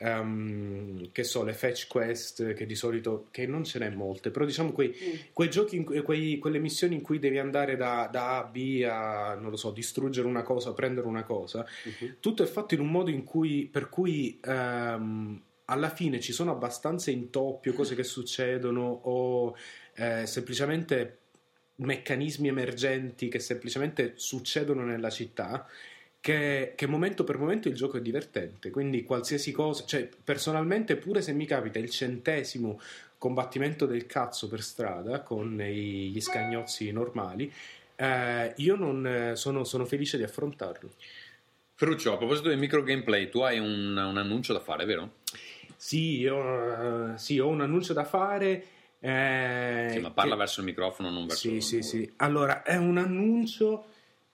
ehm, che so, le fetch quest, che di solito che non ce n'è molte, però diciamo quei, quei giochi in cui- quei- quelle missioni in cui devi andare da, da A a B a, non lo so, distruggere una cosa, prendere una cosa, Uh-huh. tutto è fatto in un modo in cui, per cui ehm, alla fine ci sono abbastanza intoppi o cose che succedono o eh, semplicemente meccanismi emergenti che semplicemente succedono nella città, che, che momento per momento il gioco è divertente, quindi qualsiasi cosa, cioè personalmente pure se mi capita il centesimo combattimento del cazzo per strada con i- gli scagnozzi normali, eh, io non eh, sono, sono felice di affrontarlo. Ferruccio, a proposito del micro gameplay, tu hai un, un annuncio da fare, vero? Sì, io, eh, sì, ho un annuncio da fare. eh, Sì, ma parla che- verso il microfono, non verso Sì, il sì, muro. sì. Allora, è un annuncio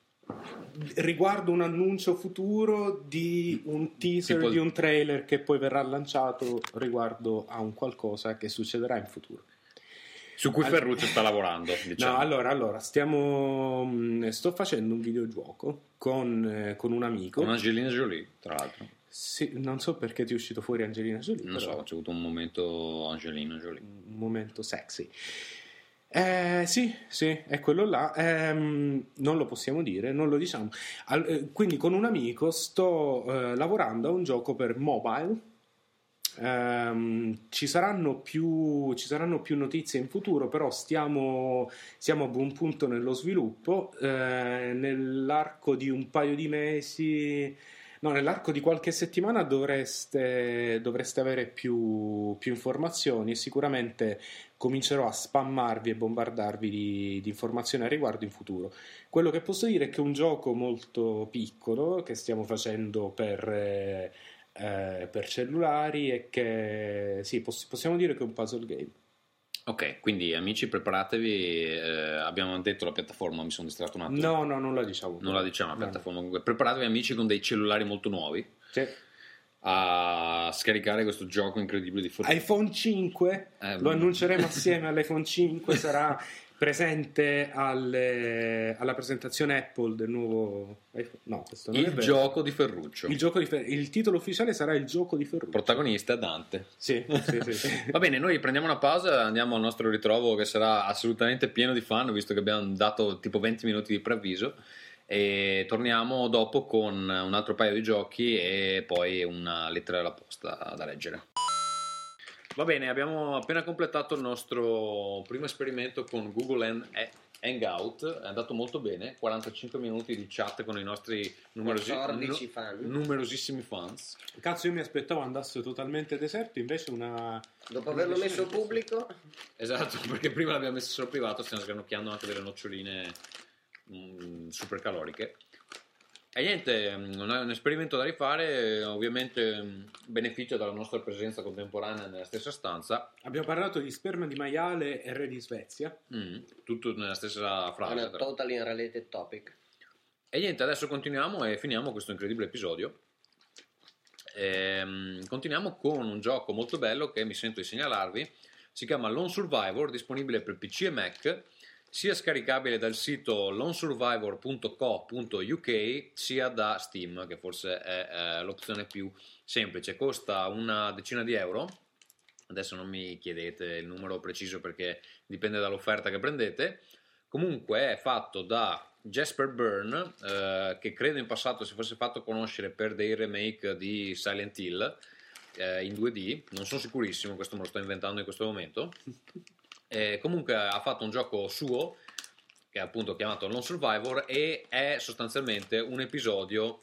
riguardo un annuncio futuro di un teaser, Tipo- di un trailer che poi verrà lanciato riguardo a un qualcosa che succederà in futuro. Su cui All- Ferruccio sta lavorando, diciamo. No, allora, allora stiamo mh, sto facendo un videogioco con, eh, con un amico. Con Angelina Jolie, tra l'altro. Sì, non so perché ti è uscito fuori Angelina Jolie, Non però so, c'è avuto un momento Angelina Jolie. un momento sexy. Eh, sì, sì, è quello là. Ehm, non lo possiamo dire, non lo diciamo. Al- eh, quindi con un amico sto eh, lavorando a un gioco per mobile. Ehm, ci saranno più, ci saranno più notizie in futuro, però stiamo, siamo a buon punto nello sviluppo. Eh, nell'arco di un paio di mesi, no, nell'arco di qualche settimana dovreste, dovreste avere più, più informazioni e sicuramente comincerò a spammarvi e bombardarvi di, di informazioni al riguardo in futuro. Quello che posso dire è che è un gioco molto piccolo che stiamo facendo per, eh, eh, per cellulari e che sì, poss- possiamo dire che è un puzzle game. Ok, quindi amici preparatevi, eh, abbiamo detto la piattaforma, mi sono distratto un attimo. No, no, non la diciamo. Non la diciamo la No, no. piattaforma, comunque preparatevi amici con dei cellulari molto nuovi Sì. a scaricare questo gioco incredibile di Fortnite. iPhone cinque, Eh, lo annunceremo assieme all'iPhone cinque, sarà presente alle- alla presentazione Apple del nuovo iPhone. No, questo non è Il vero. gioco di Ferruccio. Il, gioco di Fer- il titolo ufficiale sarà il gioco di Ferruccio. Protagonista è Dante. Sì, sì, sì, sì. Va bene, noi prendiamo una pausa, andiamo al nostro ritrovo che sarà assolutamente pieno di fan, visto che abbiamo dato tipo venti minuti di preavviso, e torniamo dopo con un altro paio di giochi e poi una lettera alla posta da leggere. Va bene, abbiamo appena completato il nostro primo esperimento con Google Hang- Hangout, è andato molto bene, quarantacinque minuti di chat con i nostri numerosi- quattordici nu- fan. numerosissimi fans. Cazzo, io mi aspettavo andasse totalmente deserto, invece una... Dopo averlo messo pubblico, Esatto, perché prima l'abbiamo messo solo privato, stiamo sgranocchiando anche delle noccioline mm, super caloriche. E niente, mm, un, un esperimento da rifare, ovviamente mm, beneficia dalla nostra presenza contemporanea nella stessa stanza, Abbiamo parlato di sperma di maiale e re di Svezia. mm, tutto nella stessa è frase. una però. totally unrelated topic. E niente, adesso continuiamo e finiamo questo incredibile episodio. Ehm, continuiamo con un gioco molto bello che mi sento di segnalarvi, Si chiama Lone Survivor, disponibile per P C e Mac, sia scaricabile dal sito lone survivor punto co punto u k sia da Steam, che forse è eh, l'opzione più semplice. Costa una decina di euro. Adesso non mi chiedete il numero preciso perché dipende dall'offerta che prendete. Comunque è fatto da Jasper Byrne, eh, che credo in passato si fosse fatto conoscere per dei remake di Silent Hill eh, in due D, non sono sicurissimo, questo me lo sto inventando in questo momento. Eh, comunque ha fatto un gioco suo che è appunto chiamato Lone Survivor e è sostanzialmente un episodio,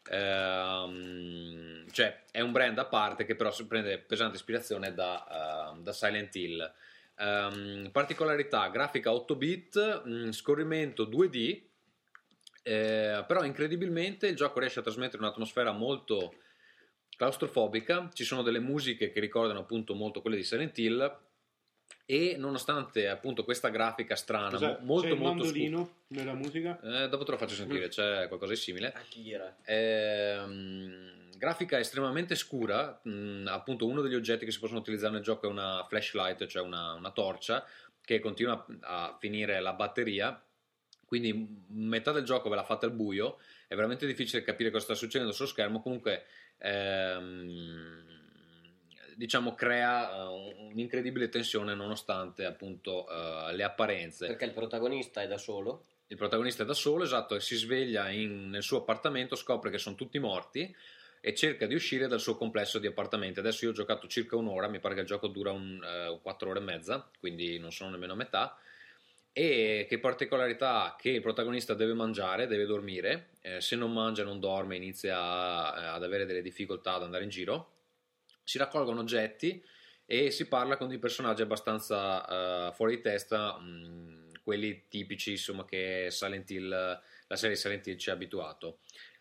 ehm, cioè è un brand a parte che però prende pesante ispirazione da, uh, da Silent Hill. Um, particolarità: grafica otto bit, mh, scorrimento due D, eh, però incredibilmente il gioco riesce a trasmettere un'atmosfera molto claustrofobica. Ci sono delle musiche che ricordano appunto molto quelle di Silent Hill, e nonostante appunto questa grafica strana, Cos'è? molto c'è il molto mandolino scu- nella musica? eh, dopo te lo faccio sentire, c'è qualcosa di simile. Akira. Ehm, grafica estremamente scura, mh, appunto uno degli oggetti che si possono utilizzare nel gioco è una flashlight, cioè una, una torcia che continua a finire la batteria, quindi metà del gioco ve la fate al buio, è veramente difficile capire cosa sta succedendo sullo schermo. Comunque ehm, diciamo crea uh, un'incredibile tensione nonostante appunto uh, le apparenze. Perché il protagonista è da solo? Il protagonista è da solo, esatto, e si sveglia in, nel suo appartamento, scopre che sono tutti morti e cerca di uscire dal suo complesso di appartamenti. Adesso io ho giocato circa un'ora, mi pare che il gioco dura un, uh, quattro ore e mezza, quindi non sono nemmeno a metà. E che particolarità ha? Che il protagonista deve mangiare, deve dormire, eh, se non mangia non dorme, inizia a, ad avere delle difficoltà ad andare in giro. Si raccolgono oggetti e si parla con dei personaggi abbastanza uh, fuori di testa, mh, quelli tipici insomma che Silent Hill, la serie Silent Hill ci ha abituato.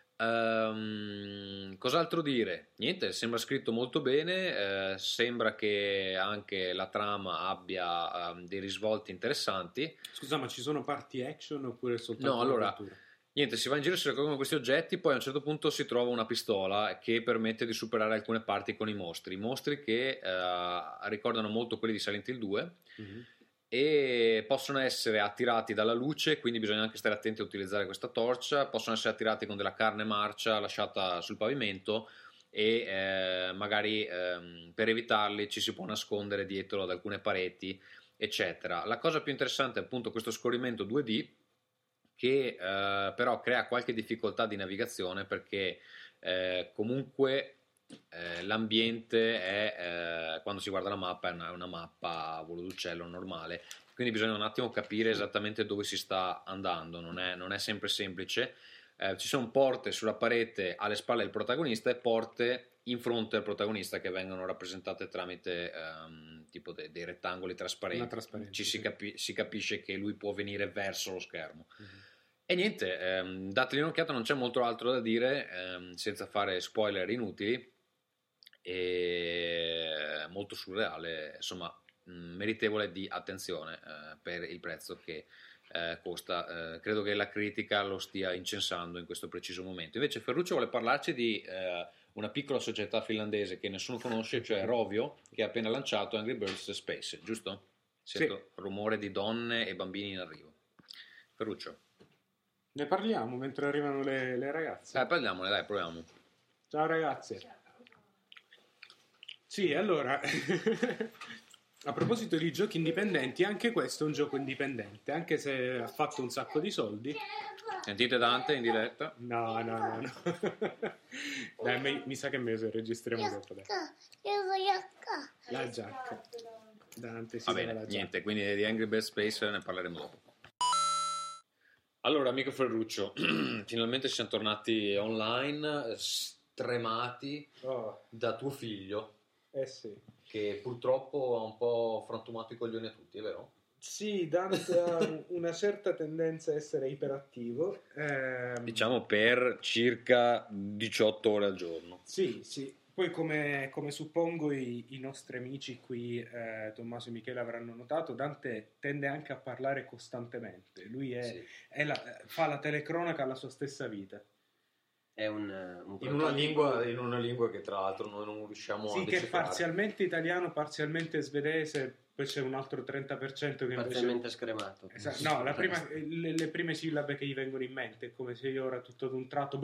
Um, cos'altro dire? Niente, sembra scritto molto bene, eh, sembra che anche la trama abbia um, dei risvolti interessanti. Scusa, ma ci sono parti action oppure soltanto No, allora, avventura? niente, si va in giro, si raccolgono questi oggetti, poi a un certo punto si trova una pistola che permette di superare alcune parti con i mostri, i mostri che eh, ricordano molto quelli di Silent Hill due, Mm-hmm. e possono essere attirati dalla luce, quindi bisogna anche stare attenti a utilizzare questa torcia. Possono essere attirati con della carne marcia lasciata sul pavimento e eh, magari ehm, per evitarli ci si può nascondere dietro ad alcune pareti, eccetera. La cosa più interessante è appunto questo scorrimento due D, che eh, però crea qualche difficoltà di navigazione, perché eh, comunque eh, l'ambiente è, eh, quando si guarda la mappa, è una, una mappa a volo d'uccello normale, quindi bisogna un attimo capire esattamente dove si sta andando, non è, non è sempre semplice. Eh, ci sono porte sulla parete alle spalle del protagonista e porte in fronte al protagonista che vengono rappresentate tramite ehm, tipo de- dei rettangoli trasparenti. Ci si, capi- si capisce che lui può venire verso lo schermo. Mm-hmm. E niente, ehm, dategli un'occhiata, non c'è molto altro da dire, ehm, senza fare spoiler inutili, e molto surreale, insomma mh, meritevole di attenzione eh, per il prezzo che eh, costa. Eh, credo che la critica lo stia incensando in questo preciso momento. Invece Ferruccio vuole parlarci di eh, una piccola società finlandese che nessuno conosce, cioè Rovio, che ha appena lanciato Angry Birds Space, giusto? Sento sì. Rumore di donne e bambini in arrivo. Ferruccio, ne parliamo mentre arrivano le, le ragazze? Eh, parliamone, dai, proviamo. Ciao ragazze. Sì, allora, a proposito di giochi indipendenti, anche questo è un gioco indipendente, anche se ha fatto un sacco di soldi. Sentite Dante in diretta? No, no, no, no. Dai, mi, mi sa che è meglio se registriamo dopo. Dai. La giacca. Dante si Va bene, la niente, quindi di Angry Birds Space ne parleremo dopo. Allora, amico Ferruccio, finalmente siamo tornati online, stremati oh. da tuo figlio. Eh sì. Che purtroppo ha un po' frantumato i coglioni a tutti, è vero? Sì, Dante ha una certa tendenza a essere iperattivo. Ehm... Diciamo per circa diciotto ore al giorno. Sì, sì. Poi come, come suppongo i, i nostri amici qui, eh, Tommaso e Michele, avranno notato, Dante tende anche a parlare costantemente. Lui è, sì. è la, fa la telecronaca alla sua stessa vita. È un, un in, una lingua, in una lingua che tra l'altro noi non riusciamo sì, a decifrare. Sì, che è parzialmente italiano, parzialmente svedese, poi c'è un altro trenta per cento che parzialmente invece... scremato. Esatto. No, la prima, le, le prime sillabe che gli vengono in mente è come se io ora tutto ad un tratto...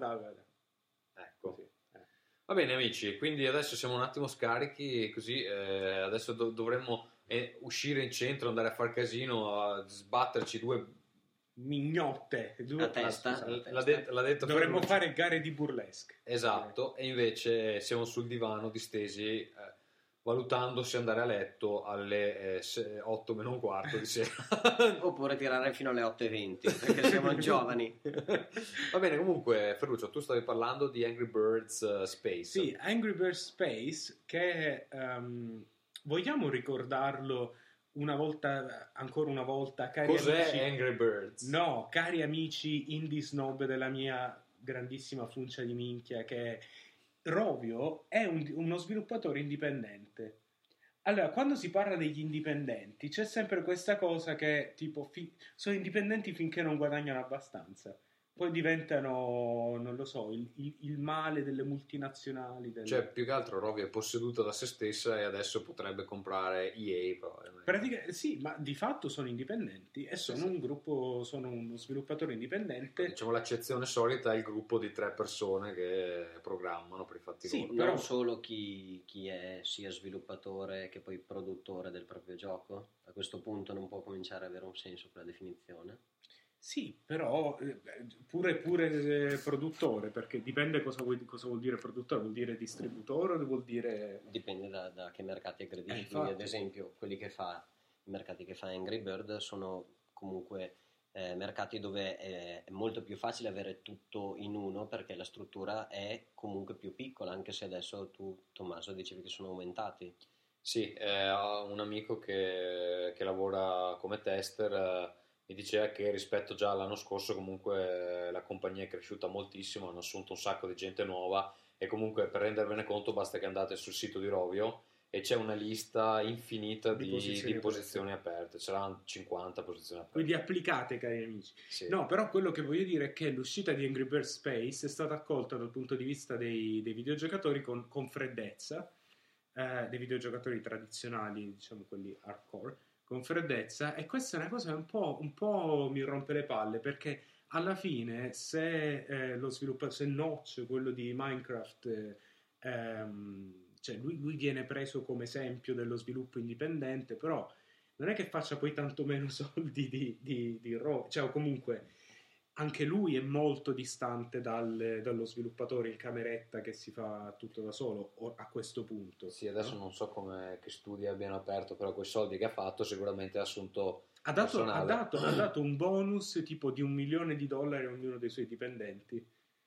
Ecco. Così, eh. Va bene amici, quindi adesso siamo un attimo scarichi, così eh, adesso do- dovremmo eh, uscire in centro, andare a far casino, a sbatterci due... mignotte. Due... A testa. Ah, scusate. L'ha, det- l'ha detto Dovremmo Ferruccio. fare gare di burlesque. Esatto, e invece siamo sul divano distesi, eh, valutando se andare a letto alle eh, se- otto meno un quarto di sera. Oppure tirare fino alle otto e venti, perché siamo giovani. Va bene, comunque Ferruccio, tu stavi parlando di Angry Birds uh, Space. Sì, Angry Birds Space, che um, vogliamo ricordarlo una volta, ancora una volta, cari Cos'è amici, Angry Birds? no, cari amici indie snob della mia grandissima funcia di minchia, che Rovio è un- uno sviluppatore indipendente. Allora, quando si parla degli indipendenti, c'è sempre questa cosa che, tipo, fi- sono indipendenti finché non guadagnano abbastanza. Poi diventano, non lo so, il, il- il male delle multinazionali. delle- Cioè, più che altro Rovio è posseduta da se stessa e adesso potrebbe comprare E A. Però non è- Pratica- sì, ma di fatto sono indipendenti e sono sì. un gruppo, sono uno sviluppatore indipendente. Diciamo l'accezione solita è il gruppo di tre persone che programmano per i fatti Sì, loro. Non però- solo chi, chi è sia sviluppatore che poi produttore del proprio gioco. A questo punto non può cominciare ad avere un senso quella definizione. Sì, però eh, pure, pure eh, produttore, perché dipende cosa vuol, cosa vuol dire produttore, vuol dire distributore o vuol dire... Dipende da, da che mercati aggredisci. Eh, Quindi, ad infatti. esempio, quelli che fa i mercati che fa Angry Bird sono comunque eh, mercati dove è, è molto più facile avere tutto in uno, perché la struttura è comunque più piccola, anche se adesso tu, Tommaso, dicevi che sono aumentati. Sì, eh, ho un amico che, che lavora come tester, eh, mi diceva che rispetto già all'anno scorso comunque eh, la compagnia è cresciuta moltissimo, hanno assunto un sacco di gente nuova e comunque per rendervene conto basta che andate sul sito di Rovio e c'è una lista infinita Di di, posizioni di posizioni aperte, c'erano cinquanta posizioni aperte. Quindi applicate, cari amici. Sì. No, però quello che voglio dire è che l'uscita di Angry Birds Space è stata accolta dal punto di vista dei, dei videogiocatori con, con freddezza, eh, dei videogiocatori tradizionali, diciamo quelli hardcore, con freddezza, e questa è una cosa che un po', un po' mi rompe le palle, perché alla fine se eh, lo sviluppatore, se Notch, quello di Minecraft, eh, ehm, cioè lui, lui viene preso come esempio dello sviluppo indipendente, però non è che faccia poi tanto meno soldi di, di, di Ro, cioè o comunque anche lui è molto distante dal- dallo sviluppatore in cameretta che si fa tutto da solo o- a questo punto. Sì, adesso no? non so come che studi abbiano aperto, però quei soldi che ha fatto sicuramente ha assunto Ha dato, ha, personale. dato, ha dato un bonus tipo di un milione di dollari a ognuno dei suoi dipendenti.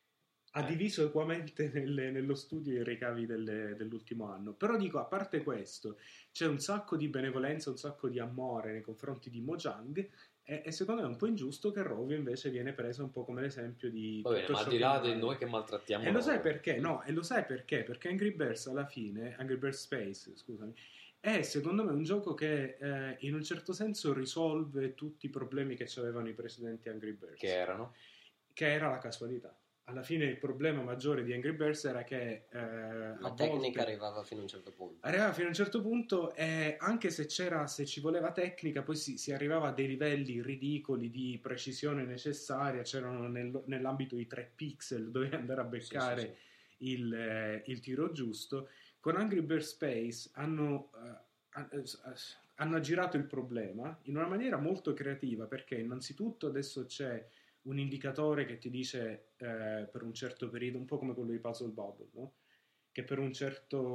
Ha Eh. diviso equamente nelle- nello studio i ricavi delle- dell'ultimo anno. Però dico, a parte questo, c'è un sacco di benevolenza, un sacco di amore nei confronti di Mojang, e, e secondo me è un po' ingiusto che Rovio invece viene preso un po' come l'esempio di Va bene, tutto ma al ciò di che là vale. di noi che maltrattiamo E lo sai Rovio. perché? No, e lo sai perché? Perché Angry Birds alla fine, Angry Birds Space, scusami, è secondo me un gioco che eh, in un certo senso risolve tutti i problemi che avevano i precedenti Angry Birds, Che erano? che era la casualità. Alla fine il problema maggiore di Angry Birds era che eh, a La tecnica volte arrivava fino a un certo punto. arrivava fino a un certo punto, e anche se c'era, se ci voleva tecnica, poi si, si arrivava a dei livelli ridicoli di precisione necessaria. C'erano nel- nell'ambito di tre pixel, dovevi andare a beccare Sì, sì, Il, eh, il tiro giusto. Con Angry Birds Space hanno, eh, han- eh, hanno aggirato il problema in una maniera molto creativa, perché innanzitutto adesso c'è un indicatore che ti dice eh, per un certo periodo, un po' come quello di Puzzle Bubble, no? Che per un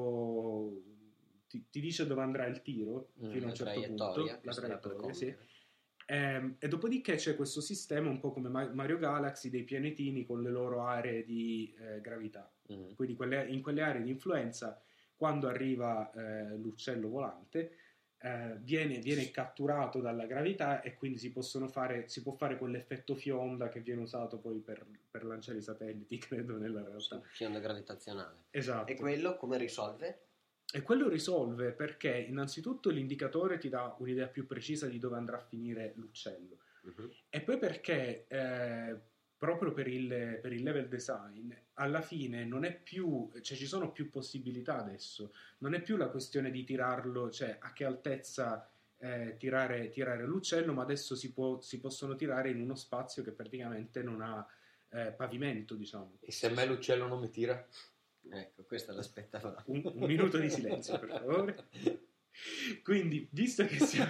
certo ti, ti dice dove andrà il tiro Mm, fino a La un certo traiettoria, punto, che la sarà per traiettoria, sì. compiere. Ehm, e dopodiché c'è questo sistema un po' come Ma- Mario Galaxy dei pianetini con le loro aree di eh, gravità. Mhm. Quindi quelle- in quelle aree di influenza, quando arriva eh, l'uccello volante, eh, viene, viene catturato dalla gravità, e quindi si possono fare, si può fare quell'effetto fionda che viene usato poi per, per lanciare i satelliti, credo, nella realtà. Sì, fionda gravitazionale. Esatto. E quello come risolve? E quello risolve perché innanzitutto l'indicatore ti dà un'idea più precisa di dove andrà a finire l'uccello. Mhm. E poi perché eh, proprio per il, per il level design, alla fine non è più, cioè ci sono più possibilità adesso, non è più la questione di tirarlo, cioè a che altezza eh, tirare, tirare l'uccello, ma adesso si, può, si possono tirare in uno spazio che praticamente non ha eh, pavimento, diciamo. E se a me l'uccello non mi tira? Ecco, questa l'aspettava. Un, un minuto di silenzio, per favore. Quindi, visto che siamo...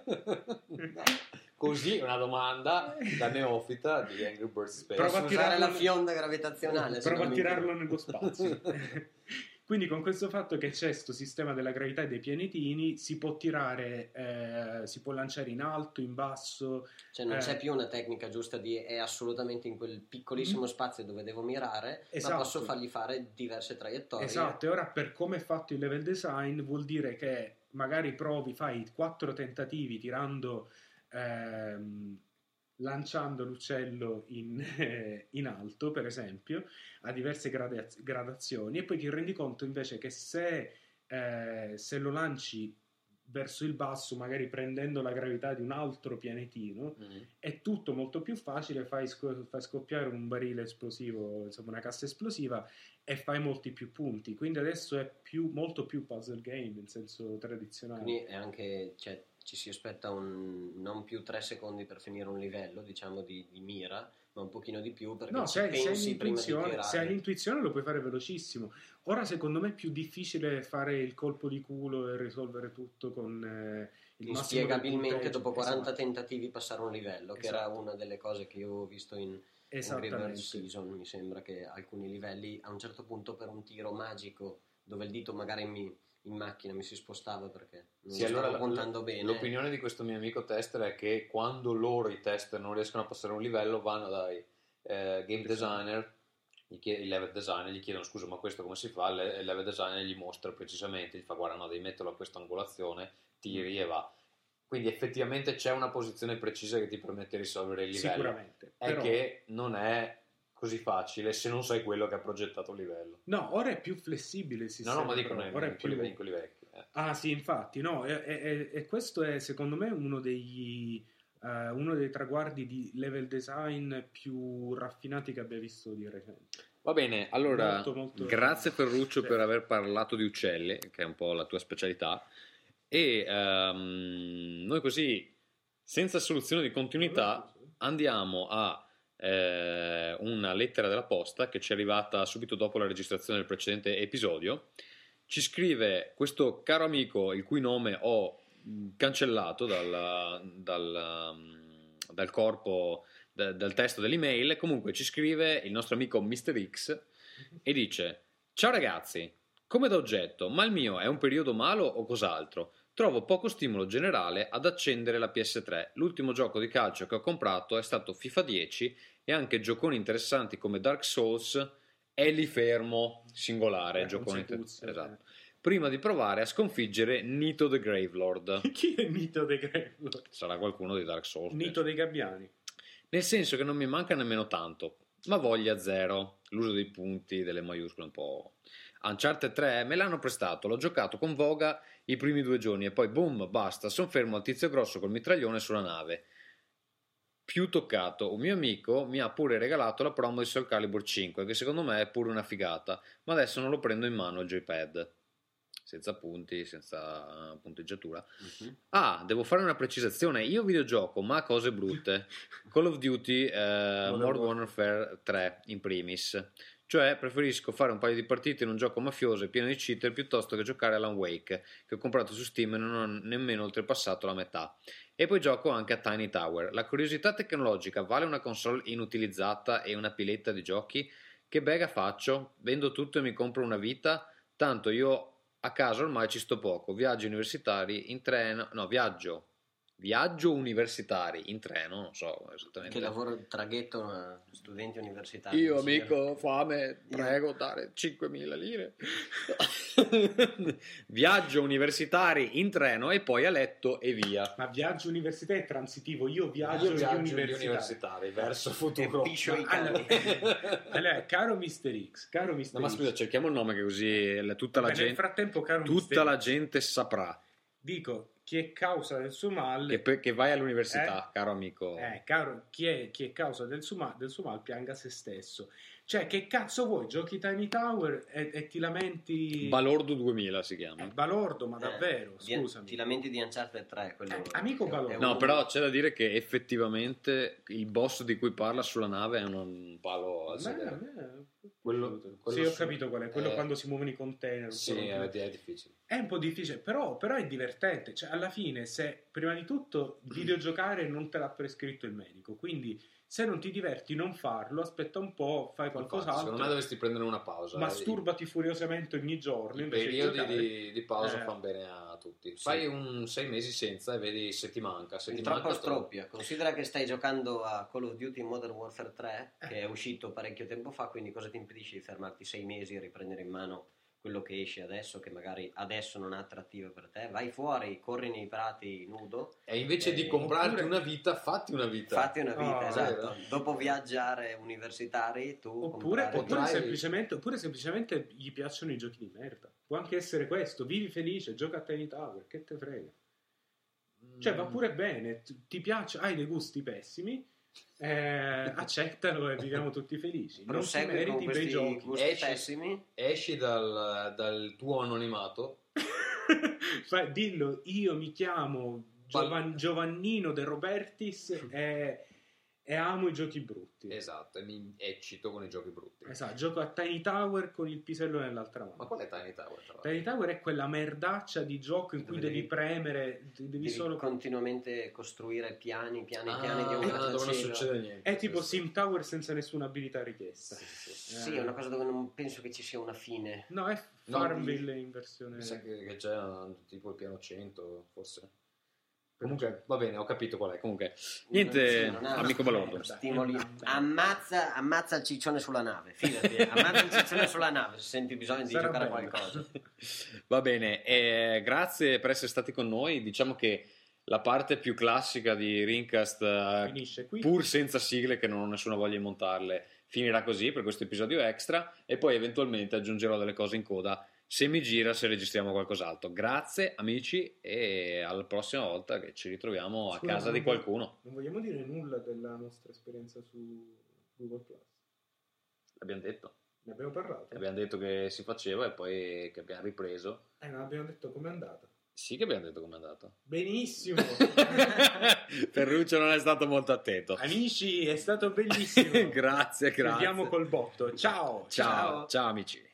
Così una domanda da neofita di Angry Birds Space. Prova a Posso usare tirarlo- la fionda gravitazionale. se Prova non a mi tirarlo interessa. nello spazio. Quindi con questo fatto che c'è questo sistema della gravità e dei pianetini, si può tirare, eh, si può lanciare in alto, in basso. Cioè non eh, c'è più una tecnica giusta di è assolutamente in quel piccolissimo spazio dove devo mirare, Esatto. ma posso fargli fare diverse traiettorie. Esatto, e ora per come è fatto il level design vuol dire che magari provi, fai quattro tentativi tirando, ehm, lanciando l'uccello in, eh, in alto, per esempio, a diverse grada- gradazioni, e poi ti rendi conto invece che se, eh, se lo lanci verso il basso, magari prendendo la gravità di un altro pianetino, Mm. è tutto molto più facile, fai, sco- fai scoppiare un barile esplosivo, insomma una cassa esplosiva, e fai molti più punti. Quindi adesso è più, molto più puzzle game in senso tradizionale. Quindi è anche, cioè, ci si aspetta un, non più tre secondi per finire un livello, diciamo, di, di mira, ma un pochino di più perché No, ci se hai, se hai pensi prima di l'intuizione, tirare. se hai l'intuizione lo puoi fare velocissimo. Ora secondo me è più difficile fare il colpo di culo e risolvere tutto con eh, il massimo del Inspiegabilmente punteggio. dopo quaranta Esatto. tentativi passare un livello, che era Esatto. una delle cose che io ho visto in Angry Esattamente. Birds Season. Mi sembra che alcuni livelli a un certo punto per un tiro magico dove il dito magari mi, in macchina mi si spostava perché non Sì, lo allora stavo la- contando bene. l'opinione di questo mio amico tester è che quando loro i tester non riescono a passare un livello vanno dai eh, game designer, gli chied- il level designer, gli chiedono scusa ma questo come si fa, Le- il level designer gli mostra precisamente, gli fa guarda no devi metterlo a questa angolazione, tiri e va. Quindi effettivamente c'è una posizione precisa che ti permette di risolvere il livello. Sicuramente. È Però- che non è così facile se non sei quello che ha progettato il livello. No, ora è più flessibile il No, sistema. no, ma dico però. nei- ora è in, quelli, più... in quelli vecchi. eh. Ah sì, infatti, no, e, e- e questo è secondo me uno degli eh, uno dei traguardi di level design più raffinati che abbia visto di recente. Va bene, allora Molto, molto- grazie Ferruccio Sì. per aver parlato di uccelli, che è un po' la tua specialità, e ehm, noi così, senza soluzione di continuità, andiamo a eh, una lettera della posta che ci è arrivata subito dopo la registrazione del precedente episodio. Ci scrive questo caro amico, il cui nome ho mh, cancellato dal, dal, um, dal corpo da- dal testo dell'email. Comunque ci scrive il nostro amico mister X e dice: ciao ragazzi, come da oggetto, ma il mio è un periodo malo o cos'altro? Trovo poco stimolo generale ad accendere la P S tre. L'ultimo gioco di calcio che ho comprato è stato FIFA dieci e anche gioconi interessanti come Dark Souls e lì fermo, singolare, Eh, gioconi inter- consecuzio, esatto. Prima di provare a sconfiggere Nito the Gravelord. Chi è Nito dei Gravelord? Sarà qualcuno di Dark Souls. Nito penso. dei Gabbiani. Nel senso che non mi manca nemmeno tanto, ma voglia zero. L'uso dei punti, delle maiuscole un po'. Uncharted tre me l'hanno prestato, l'ho giocato con voga i primi due giorni e poi boom, basta, son fermo al tizio grosso col mitraglione sulla nave. Più toccato, un mio amico mi ha pure regalato la promo di Soul Calibur cinque, che secondo me è pure una figata, ma adesso non lo prendo in mano il joypad. Senza punti, senza punteggiatura. Mhm. Ah, devo fare una precisazione. Io videogioco, ma cose brutte. Call of Duty eh, Modern Warfare tre in primis. Cioè, preferisco fare un paio di partite in un gioco mafioso e pieno di cheater piuttosto che giocare Alan Wake, che ho comprato su Steam e non ho nemmeno oltrepassato la metà. E poi gioco anche a Tiny Tower. La curiosità tecnologica vale una console inutilizzata e una piletta di giochi? Che bega faccio? Vendo tutto e mi compro una vita? Tanto io a casa ormai ci sto poco. Viaggi universitari in treno... No, viaggio... Viaggio universitari in treno, non so esattamente. Che lavoro traghetto a studenti universitari. Io sì. amico, fame, prego, dare cinquemila lire. Viaggio universitari in treno e poi a letto e via. Ma viaggio università è transitivo, io viaggio, Io viaggio gli gli universitari. universitari verso il E futuro. piscio i Allora, cani. allora, caro mister X, caro mister No, ma X. scusa, cerchiamo il nome che così la- tutta la Beh, nel gente frattempo, caro tutta mister la X, gente saprà. dico, chi è causa del suo mal... Che, pe- che vai all'università, Eh? caro amico. Eh, caro, chi è, chi è causa del suo, mal, del suo mal pianga se stesso. Cioè, che cazzo vuoi? Giochi Tiny Tower e, e ti lamenti... Balordo duemila si chiama. Eh, balordo, ma Eh, davvero, di- scusami. Ti lamenti di Uncharted tre, quello Eh, amico è- Balordo. è No, un- però c'è da dire che effettivamente il boss di cui parla sulla nave è un palo al Beh, sedere. a me è Quello- piaciuto. quello sì, ho su- capito qual è. Quello eh, quando si muovono i container. Sì, quello- è, è difficile. È un po' difficile, però, però è divertente. Cioè, alla fine, se prima di tutto videogiocare non te l'ha prescritto il medico, quindi se non ti diverti non farlo, aspetta un po', fai Infatti, qualcos'altro, secondo me dovresti prendere una pausa. masturbati furiosamente ogni giorno. I invece di periodi giocare. di, di pausa Eh. fanno bene a tutti. Sì. Fai un sei mesi senza e vedi se ti manca. Se Il ti troppo manca, stroppia. Considera che stai giocando a Call of Duty Modern Warfare tre, Eh. che è uscito parecchio tempo fa, quindi cosa ti impedisce di fermarti sei mesi e riprendere in mano quello che esce adesso, che magari adesso non è attrattivo per te? Vai fuori, corri nei prati nudo, E invece di Eh, comprarti oppure- una vita, fatti una vita. fatti una vita, Oh, esatto. vero. Dopo viaggiare universitari, tu Oppure, comprare- oppure Potrai- semplicemente, oppure semplicemente gli piacciono i giochi di merda. Può anche essere questo. Vivi felice, gioca a Tiny Tower, che te frega. Cioè, va pure bene. t- Ti piace, hai dei gusti pessimi, eh, accettalo e viviamo tutti felici. Non ti prosegui meriti con bei questi giochi. gusti Esci- pessimi. Esci dal, dal tuo anonimato. Fai- dillo, io mi chiamo Giovan- Giovannino De Robertis e, e amo i giochi brutti. Esatto, e mi eccito con i giochi brutti. Esatto, gioco a Tiny Tower con il pisello nell'altra mano. Ma qual è Tiny Tower? Tra l'altro? Tiny Tower è quella merdaccia di gioco in cui Dove devi devi- premere, devi Devi solo... continuamente costruire piani, piani, Ah, piani di un dove non grattacielo. succede niente. È tipo Sì, sì. Sim Tower senza nessuna abilità richiesta. Sì, sì, sì. Sì, è una cosa dove non penso che ci sia una fine. No, è No, Farmville in versione... Mi sa che, che c'è uh, tipo il piano cento, forse. Comunque, va bene, ho capito qual è. Comunque, Niente, Sì, non ha- amico Balordo. Stimoli. Ammazza, ammazza il ciccione sulla nave. Fidati, eh, ammazza il ciccione sulla nave se senti bisogno di Sarà giocare a bello. qualcosa. Va bene, eh, grazie per essere stati con noi. Diciamo che la parte più classica di Rincast, eh, Finisce qui. pur senza sigle, che non ho nessuna voglia di montarle, finirà così per questo episodio extra e poi eventualmente aggiungerò delle cose in coda se mi gira, se registriamo qualcos'altro. Grazie amici e alla prossima volta che ci ritroviamo a Scusa, casa non di voglio- qualcuno. Non vogliamo dire nulla della nostra esperienza su Google Plus. L'abbiamo detto. Ne abbiamo parlato? Abbiamo detto che si faceva e poi che abbiamo ripreso. Eh, non abbiamo detto com'è andata. Sì che abbiamo detto com'è andato. Benissimo. Ferruccio non è stato molto attento. Amici, è stato bellissimo. Grazie, grazie. Chiudiamo col botto. Ciao. Ciao, ciao amici.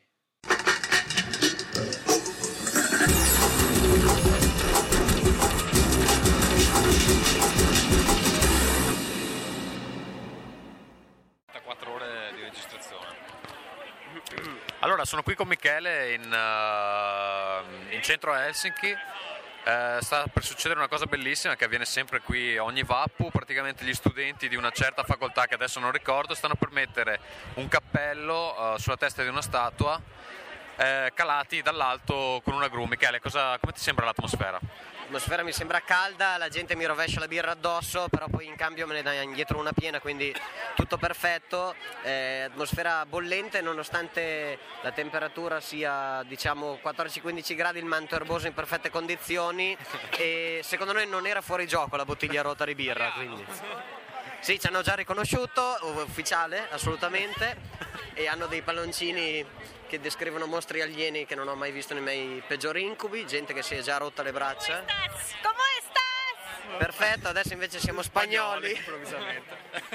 quattro ore di registrazione. Allora, sono qui con Michele in, uh, in centro a Helsinki. Eh, sta per succedere una cosa bellissima che avviene sempre qui ogni Vappu. Praticamente gli studenti di una certa facoltà, che adesso non ricordo, stanno per mettere un cappello uh, sulla testa di una statua, eh, calati dall'alto con una gru. Michele, cosa, come ti sembra l'atmosfera? L'atmosfera mi sembra calda, la gente mi rovescia la birra addosso, però poi in cambio me ne dà indietro una piena, quindi tutto perfetto. Eh, atmosfera bollente nonostante la temperatura sia diciamo quattordici quindici gradi, il manto erboso in perfette condizioni e secondo noi non era fuori gioco la bottiglia rotta di birra, quindi sì, ci hanno già riconosciuto, ufficiale, assolutamente, e hanno dei palloncini che descrivono mostri alieni che non ho mai visto nei miei peggiori incubi, gente che si è già rotta le braccia. ¿Cómo estás? Perfetto, adesso invece siamo spagnoli. improvvisamente.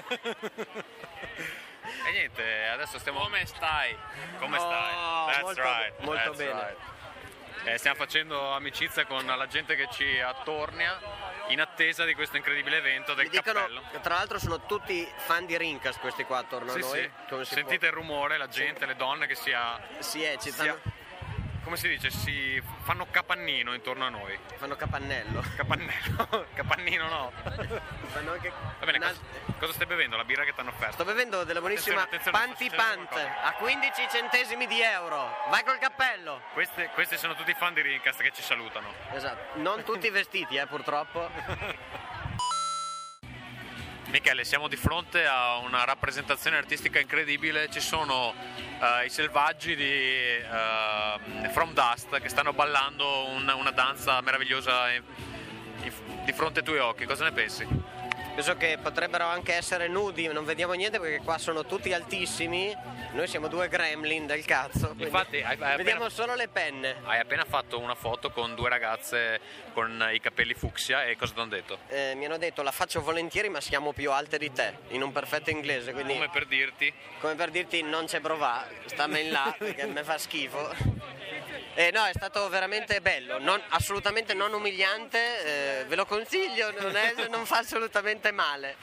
E niente, adesso stiamo... Come stai? Come Oh, stai? That's molto- right. molto that's bene. right. Eh, stiamo facendo amicizia con la gente che ci attornia in attesa di questo incredibile evento del Mi dicono, cappello. tra l'altro sono tutti fan di Rincast questi qua attorno Sì, a noi. sì. Come si Sentite il rumore, la gente, le donne che si, ha- può- si eccitano, si ha- come si dice, si fanno capannino intorno a noi. fanno capannello. Capannello, capannino no. Fanno anche Va bene, una- cosa, cosa stai bevendo? La birra che ti hanno offerto? Sto bevendo della buonissima Attenzione, attenzione, Panty sta succedendo Pant qualcosa. a quindici centesimi di euro. Vai col cappello. Questi, questi sono tutti i fan di Rincast che ci salutano. Esatto, non tutti vestiti, eh, purtroppo. Michele, siamo di fronte a una rappresentazione artistica incredibile. Ci sono eh, i selvaggi di eh, From Dust che stanno ballando un- una danza meravigliosa, eh, di fronte ai tuoi occhi, cosa ne pensi? Penso che potrebbero anche essere nudi, non vediamo niente perché qua sono tutti altissimi, noi siamo due gremlin del cazzo, quindi Infatti, hai- hai vediamo appena- solo le penne. Hai appena fatto una foto con due ragazze con i capelli fucsia e cosa ti hanno detto? Eh, mi hanno detto la faccio volentieri ma siamo più alte di te, in un perfetto inglese, quindi Come per dirti, come per dirti non c'è provà, stammi in là perché mi fa schifo. Eh, no, è stato veramente bello, non- assolutamente non umiliante, eh, ve lo consiglio, non, è- non fa assolutamente male.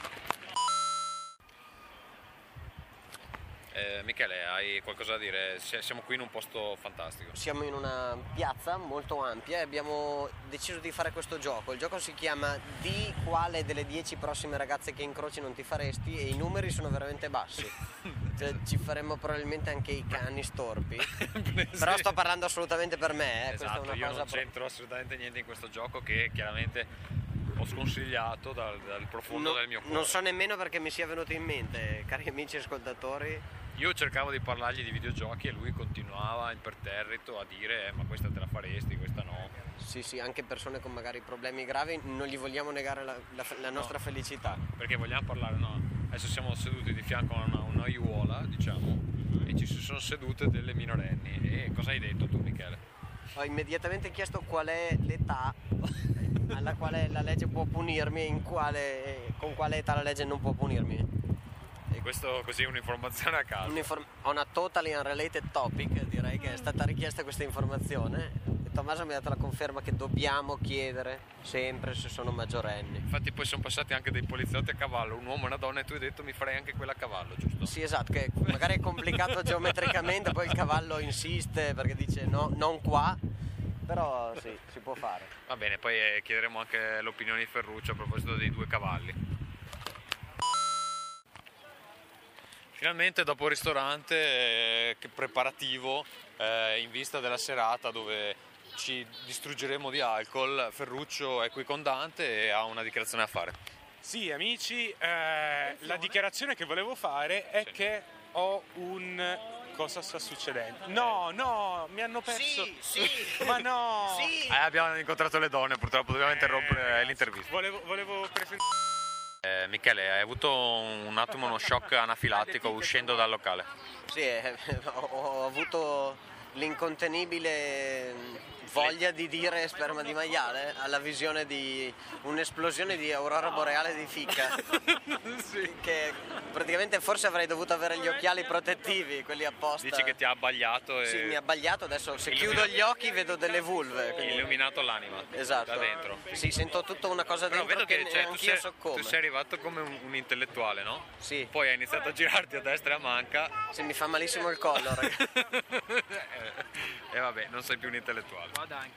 eh, Michele, hai qualcosa da dire? Si- Siamo qui in un posto fantastico. Siamo in una piazza molto ampia e abbiamo deciso di fare questo gioco. Il gioco si chiama Di quale delle dieci prossime ragazze che incroci non ti faresti e i numeri sono veramente bassi. Cioè, ci faremo probabilmente anche i cani storpi. Però sto parlando assolutamente per me, eh. Questa Esatto, è una io cosa non pro- c'entro assolutamente niente in questo gioco che chiaramente ho sconsigliato dal, dal profondo No- del mio cuore. non so nemmeno perché mi sia venuto in mente, cari amici ascoltatori. Io cercavo di parlargli di videogiochi e lui continuava imperterrito a dire eh, ma questa te la faresti, questa no. Sì, sì, anche persone con magari problemi gravi, non gli vogliamo negare la, la- la nostra felicità. Perché vogliamo parlare, no? Adesso siamo seduti di fianco a una, una aiuola, diciamo, e ci si sono sedute delle minorenni. E cosa hai detto tu, Michele? Ho immediatamente chiesto qual è l'età alla quale la legge può punirmi e in quale, con quale età la legge non può punirmi. Questo così è un'informazione a caso. Un'inform- ho una totally unrelated topic, direi che è stata richiesta questa informazione e Tommaso mi ha dato la conferma che dobbiamo chiedere sempre se sono maggiorenni. Infatti poi sono passati anche dei poliziotti a cavallo, un uomo e una donna, e tu hai detto mi farei anche quella a cavallo, giusto? Sì, esatto, che magari è complicato geometricamente, poi il cavallo insiste perché dice no, non qua, però sì, si può fare. Va bene, poi eh, chiederemo anche l'opinione di Ferruccio a proposito dei due cavalli. Finalmente dopo il ristorante eh, che preparativo eh, in vista della serata dove ci distruggeremo di alcol, Ferruccio è qui con Dante e ha una dichiarazione a fare. Sì, amici, eh, la dichiarazione che volevo fare è Sì. che ho un... Cosa sta succedendo? No, no, mi hanno perso... Sì, sì, Ma no! sì. Eh, abbiamo incontrato le donne, purtroppo dobbiamo interrompere Eh, l'intervista. Volevo, volevo presentare... Eh, Michele, hai avuto un attimo uno shock anafilattico uscendo dal locale. Sì, eh, ho, ho avuto l'incontenibile voglia di dire sperma di maiale alla visione di un'esplosione di aurora boreale di fica. Che praticamente forse avrei dovuto avere gli occhiali protettivi, quelli apposta. Dici che ti ha abbagliato e Sì, mi ha abbagliato, adesso se Illumina- chiudo gli occhi vedo delle vulve. quindi- illuminato l'anima Esatto. da dentro. Sì, sento tutta una cosa Però dentro vedo che che cioè, tu, neanch'io sei, so come. tu sei arrivato come un, un intellettuale, no? Sì. Poi hai iniziato a girarti a destra e a manca Sì, mi fa malissimo il collo, ragazzi. e vabbè, non sei più un intellettuale.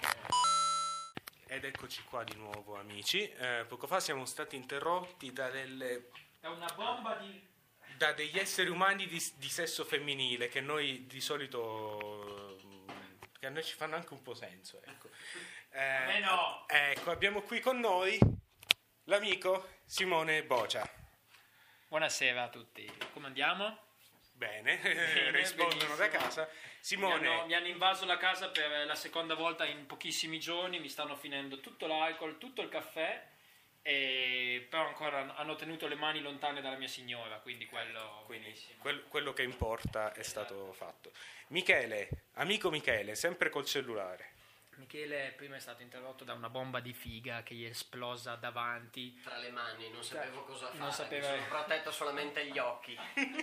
Ed eccoci qua di nuovo, amici. Eh, poco fa siamo stati interrotti da delle... È una bomba di... da degli esseri umani di, di sesso femminile che noi di solito... che a noi ci fanno anche un po' senso, ecco. Eh, me no. Ecco, abbiamo qui con noi l'amico Simone Bocia. Buonasera a tutti, come andiamo? Bene, Bene, rispondono da benissimo. casa. Mi Simone, hanno, mi hanno invaso la casa per la seconda volta in pochissimi giorni, mi stanno finendo tutto l'alcol, tutto il caffè, e però ancora hanno tenuto le mani lontane dalla mia signora, quindi quello quindi benissimo. quel- quello che importa è stato fatto. Michele, amico Michele, sempre col cellulare. Michele prima è stato interrotto da una bomba di figa che gli è esplosa davanti. Tra le mani, non sapevo cosa fare. Non sapeva- Mi sono protetto solamente gli occhi.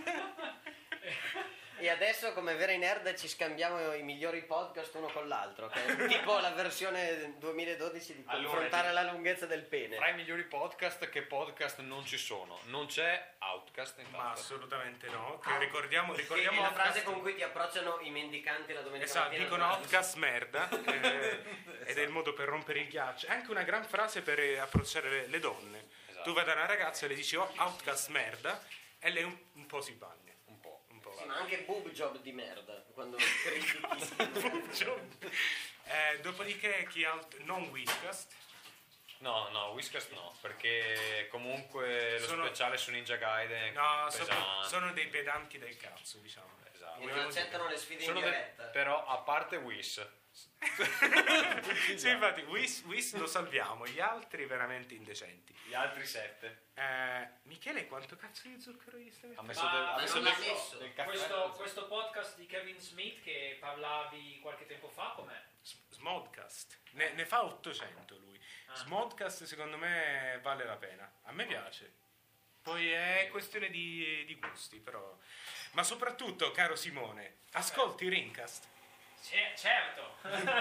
E adesso, come veri nerd, ci scambiamo i migliori podcast uno con l'altro, che è tipo la versione duemiladodici di Allora, confrontare di- la lunghezza del pene. Tra i migliori podcast, che podcast non ci sono? Non c'è Outcast intanto. Ma assolutamente no. Che ricordiamo, Che ricordiamo è la frase Outcast- con cui ti approcciano i mendicanti la domenica Esatto, mattina. dicono outcast merda eh, ed è il modo per rompere il ghiaccio. È anche una gran frase per eh, approcciare le, le donne. Esatto. Tu vai da una ragazza e le dici oh, outcast merda e lei un, un po' si bagna. Un po', un po'. Sì, ma anche boob job di merda, quando critichi. Eh, dopodiché chi alt- non Whiskast. No, no, Whiskas no, perché comunque lo Sono- speciale su Ninja Gaiden No, pesa- sono, sono dei pedanti del cazzo, diciamo. Esatto. E non accettano le sfide Sono in de- diretta. però a parte Whis, Sì, infatti, Whis, Whis lo salviamo, gli altri veramente indecenti. Gli altri sette. Eh, Michele, quanto cazzo di zucchero gli stai Ha mettendo? messo, del, Ma ha messo non del, l'ha messo. del caffè. Questo, questo podcast di Kevin Smith che parlavi qualche tempo fa, com'è? S- Smodcast. Ne, ne fa ottocento lui. Ah. Smodcast secondo me vale la pena. A me piace. Poi è questione di, di gusti, però. Ma soprattutto, caro Simone, ascolti Rincast. C- certo.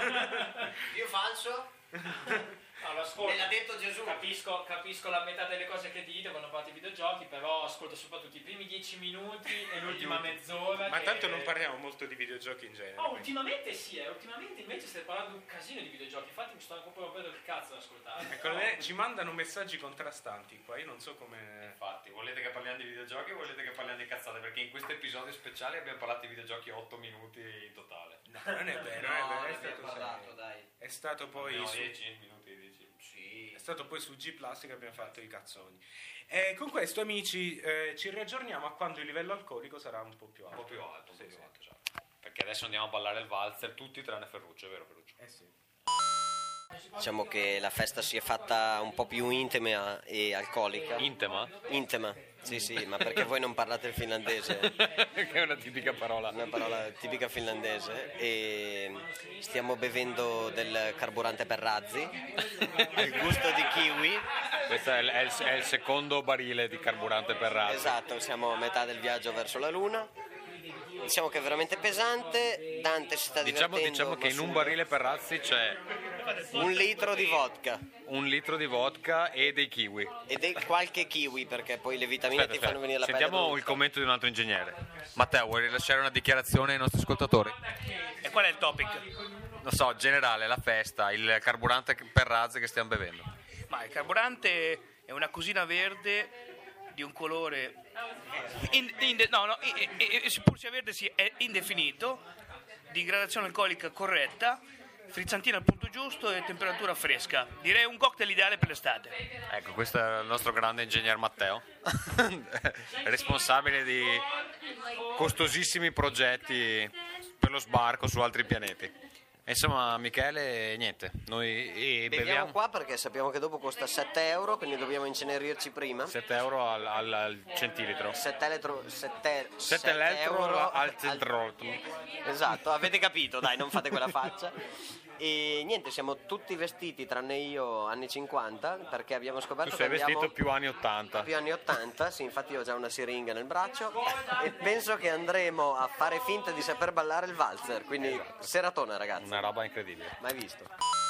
Io falso? Allora, ascolto. Me l'ha detto Gesù. Capisco, capisco la metà delle cose che dite quando parlate di videogiochi, però ascolto soprattutto i primi dieci minuti e l'ultima mezz'ora. Ma che... tanto non parliamo molto di videogiochi in genere. Oh, quindi. ultimamente sì, eh. ultimamente invece stai parlando un casino di videogiochi, infatti mi sto anche un po' rompendo il cazzo ad ascoltare. Ecco, eh, ci mandano messaggi contrastanti qua, io non so come. Infatti, volete che parliamo di videogiochi o volete che parliamo di cazzate? Perché in questo episodio speciale abbiamo parlato di videogiochi otto minuti in totale. No, non è vero, No, è, vero, ne è, abbiamo stato, parlato, dai. è stato poi No, su, dieci minuti, dieci. Sì. è stato poi su G Plus che abbiamo fatto i cazzoni. E con questo, amici, eh, ci riaggiorniamo a quando il livello alcolico sarà un po' più Un alto. po' più alto, un Sì, po' più sì. alto, esatto. Perché adesso andiamo a ballare il valzer tutti tranne Ferruccio, è vero Ferruccio? Eh sì. Diciamo che la festa si è fatta un po' più intima e alcolica. Intema? Intema, sì sì, ma perché voi non parlate il finlandese? Che è una tipica parola. Una parola tipica finlandese. E stiamo bevendo del carburante per razzi, il gusto di kiwi. Questo è il, è il- è il secondo barile di carburante per razzi. Esatto, siamo a metà del viaggio verso la luna. Diciamo che è veramente pesante. Dante si sta Diciamo, divertendo. diciamo che in un Massuda. barile per razzi c'è un litro di vodka un litro di vodka e dei kiwi. e de- qualche kiwi, perché poi le vitamine Aspetta, ti fanno aspetta. venire la Sentiamo pelle il brutta. commento di un altro ingegnere. Matteo, vuoi rilasciare una dichiarazione ai nostri ascoltatori? E qual è il topic? Non so, generale, la festa, il carburante per razzi che stiamo bevendo. Ma il carburante è una cosina verde di un colore in- inde- no, no, e- e- e- pur sia verde sì, è indefinito, di gradazione alcolica corretta, frizzantina al punto giusto e temperatura fresca. Direi un cocktail ideale per l'estate. Ecco, questo è il nostro grande ingegner Matteo, responsabile di costosissimi progetti per lo sbarco su altri pianeti. E insomma, Michele, niente, noi eh, Beviamo beviamo qua perché sappiamo che dopo costa sette euro, quindi dobbiamo incenerirci prima. sette euro al, al- al centilitro. sette elettro, sette, sette sette elettro euro al centrotto. Esatto, avete capito, dai, non fate quella faccia. E niente, siamo tutti vestiti tranne io anni cinquanta, perché abbiamo scoperto Tu sei che andiamo vestito più anni ottanta. più anni ottanta, sì, infatti io ho già una siringa nel braccio e penso che andremo a fare finta di saper ballare il valzer, quindi seratona ragazzi. Una roba incredibile. Mai visto.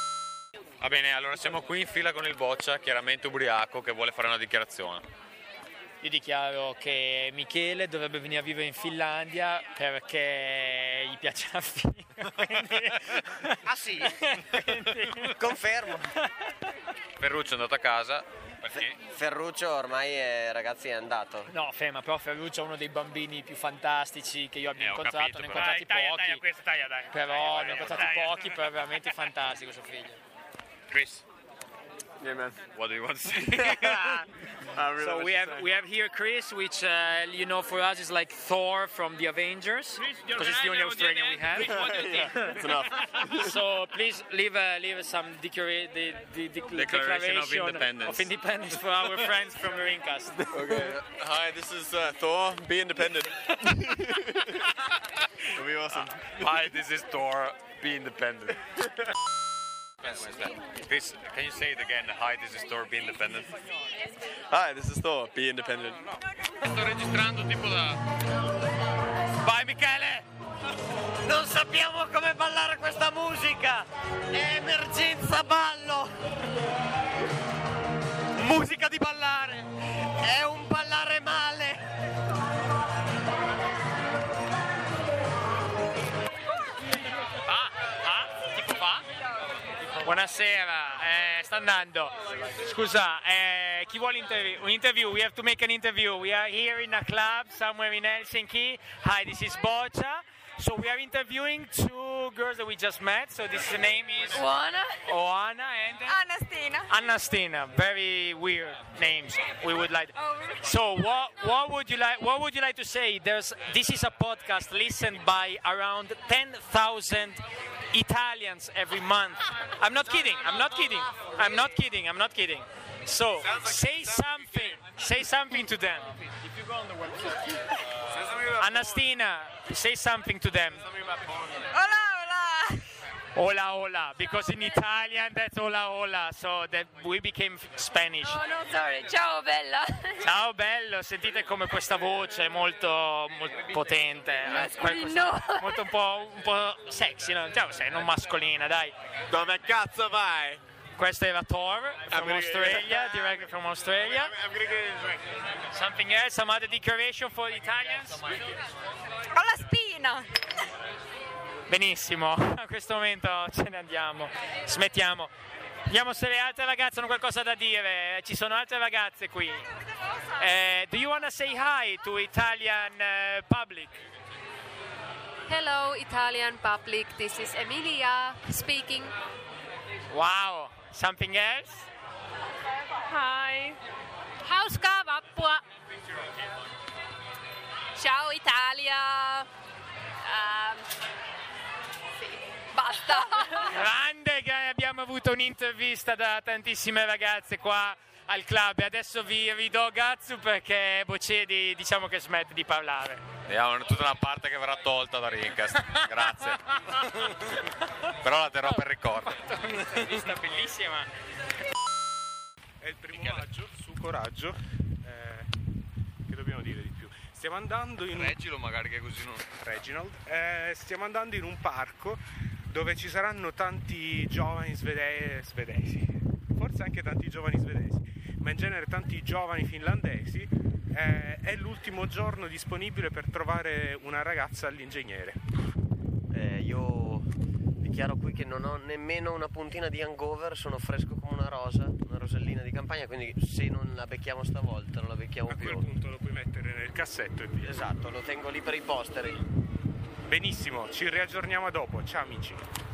Va bene, allora siamo qui in fila con il Boccia, chiaramente ubriaco, che vuole fare una dichiarazione. Io dichiaro che Michele dovrebbe venire a vivere in Finlandia perché gli piace la fine. Quindi... Ah sì? Quindi- Confermo. Ferruccio è andato a casa perché Ferruccio ormai è, ragazzi è andato. No, ferma, però Ferruccio è uno dei bambini più fantastici che io abbia Eh, ho incontrato, capito, ne ho però. incontrati Dai, taglia, pochi, taglia, questa taglia, dai. però ne ho incontrati Taglia. pochi, però è veramente fantastico suo figlio. Chris, Yeah, man. what do you want to say? I really So wish we to have say. we have here Chris, which uh, you know for us is like Thor from the Avengers, because it's the only Australian we have. It's enough. So please leave uh, leave some decora- the, the, the Declaration of independence. of independence for our friends from the Rincast. Okay. Hi, this is uh, Thor. Be independent. It'll be awesome. Hi, this is Thor. Be independent. Chris, can you say it again? Hi, this is Thor. Be independent. Hi, this is Thor. Be independent. Sto registrando tipo da... Vai Michele! Non sappiamo come ballare questa musica! È emergenza ballo! Musica di ballare! È un ballare male! Ah, ah, tipo fa? Buonasera, eh, sta andando. Scusa, eh, chi vuole interview? Un interview, we have to make an interview. We are here in a club somewhere in Helsinki. Hi, this is Boccia. So we are interviewing two girls that we just met. So this name is Oana. Oana and Anastina. Anastina. Very weird names. We would like. Oh, really? So what what would you like? What would you like to say? There's this is a podcast listened by around ten thousand Italians every month. I'm not kidding. I'm not kidding. I'm not kidding. I'm not kidding. So say something. Say something to them. If you go on the website, Anastina, say something to them. Hola, hola. Hola, hola. Because in Italian that's hola, hola. So that we became Spanish. Oh, no, sorry. Ciao, bella. Ciao bello, sentite come questa voce è molto, molto potente, eh, Mascolino. molto un po', un po' sexy, no? Ciao, sei non mascolina, dai. dove cazzo vai? Questa era Thor from gonna- Australia, directly from Australia. I'm gonna get a drink. Something else, some other decoration for the Italians? Ho la spina. Benissimo, a questo momento ce ne andiamo, smettiamo. Vediamo se le altre ragazze hanno qualcosa da dire, ci sono altre ragazze qui. Eh, do you want to say hi to Italian eh, public? Hello, Italian public. This is Emilia speaking. Wow, something else? Hi. Hauska vappua. Ciao Italia. Um, sì, basta. Grande che abbiamo avuto un'intervista da tantissime ragazze qua al club e adesso vi ridò Gazzu perché Bocedi diciamo che smette di parlare. Vediamo, è tutta una parte che verrà tolta da Rincast. Grazie. Però la terrò per ricordo. Un'intervista bellissima. È il primo maggio, su Coraggio. Eh, che dobbiamo dire di più? Stiamo andando in... Reggilo magari che così non... Reginald. Eh, stiamo andando in un parco dove ci saranno tanti giovani svede- svedesi, forse anche tanti giovani svedesi, ma in genere tanti giovani finlandesi. Eh, è l'ultimo giorno disponibile per trovare una ragazza all'ingegnere. Eh, io dichiaro qui che non ho nemmeno una puntina di hangover, sono fresco come una rosa, una rosellina di campagna, quindi se non la becchiamo stavolta non la becchiamo A più. quel punto lo puoi mettere nel cassetto e via. Esatto, lo tengo lì per i posteri. Benissimo, ci riaggiorniamo dopo. Ciao amici.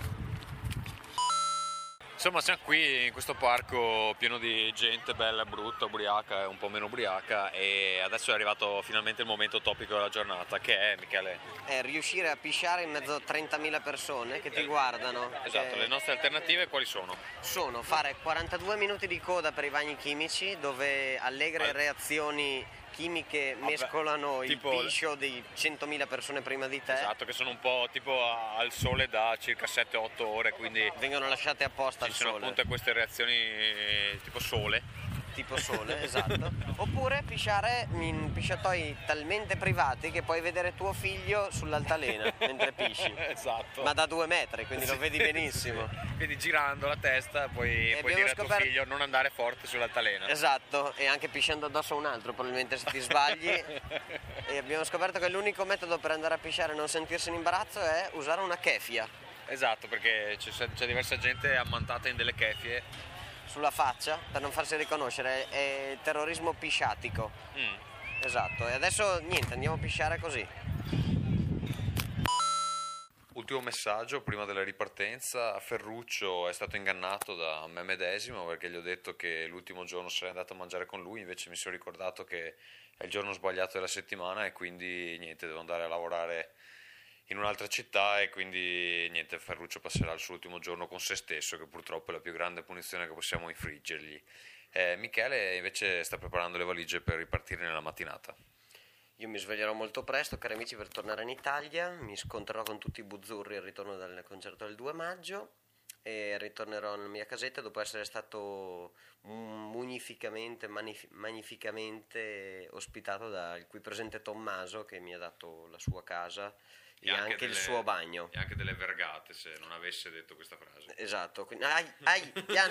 Insomma, siamo qui in questo parco pieno di gente bella, brutta, ubriaca e un po' meno ubriaca, e adesso è arrivato finalmente il momento topico della giornata, che è, Michele? È riuscire a pisciare in mezzo a trentamila persone che ti guardano. Esatto, Eh, le nostre alternative quali sono? sono fare quarantadue minuti di coda per i bagni chimici, dove allegre Ah. reazioni chimiche Vabbè, mescolano tipo- il piscio di centomila persone prima di te. Esatto, che sono un po' tipo a- al sole da circa sette otto ore, quindi Vengono lasciate apposta ci al sono sole. appunto queste reazioni eh, tipo sole. Tipo sole, esatto. Oppure pisciare in pisciatoi talmente privati che puoi vedere tuo figlio sull'altalena mentre pisci. Esatto. Ma da due metri, quindi lo Sì, vedi benissimo. sì. Quindi girando la testa puoi, puoi abbiamo dire a tuo scoperto- figlio non andare forte sull'altalena. Esatto, e anche pisciando addosso a un altro, probabilmente se ti sbagli. E abbiamo scoperto che l'unico metodo per andare a pisciare e non sentirsi in imbarazzo è usare una keffia Esatto, perché c'è, c'è diversa gente ammantata in delle keffie. sulla faccia per non farsi riconoscere, è terrorismo pisciatico. Mm. Esatto, e adesso niente, andiamo a pisciare così. Ultimo messaggio prima della ripartenza: Ferruccio è stato ingannato da me medesimo perché gli ho detto che l'ultimo giorno sarei andato a mangiare con lui, invece mi sono ricordato che è il giorno sbagliato della settimana e quindi niente, devo andare a lavorare in un'altra città e quindi niente, Ferruccio passerà il suo ultimo giorno con se stesso, che purtroppo è la più grande punizione che possiamo infliggergli. Eh, Michele invece sta preparando le valigie per ripartire nella mattinata. Io mi sveglierò molto presto, cari amici, per tornare in Italia. Mi scontrerò con tutti i buzzurri al ritorno dal concerto del due maggio e ritornerò nella mia casetta dopo essere stato munificamente, manif- magnificamente ospitato dal qui presente Tommaso, che mi ha dato la sua casa e, anche, delle- il suo bagno. E anche delle vergate, se non avesse detto questa frase. Esatto, quindi, ai, ai, piano.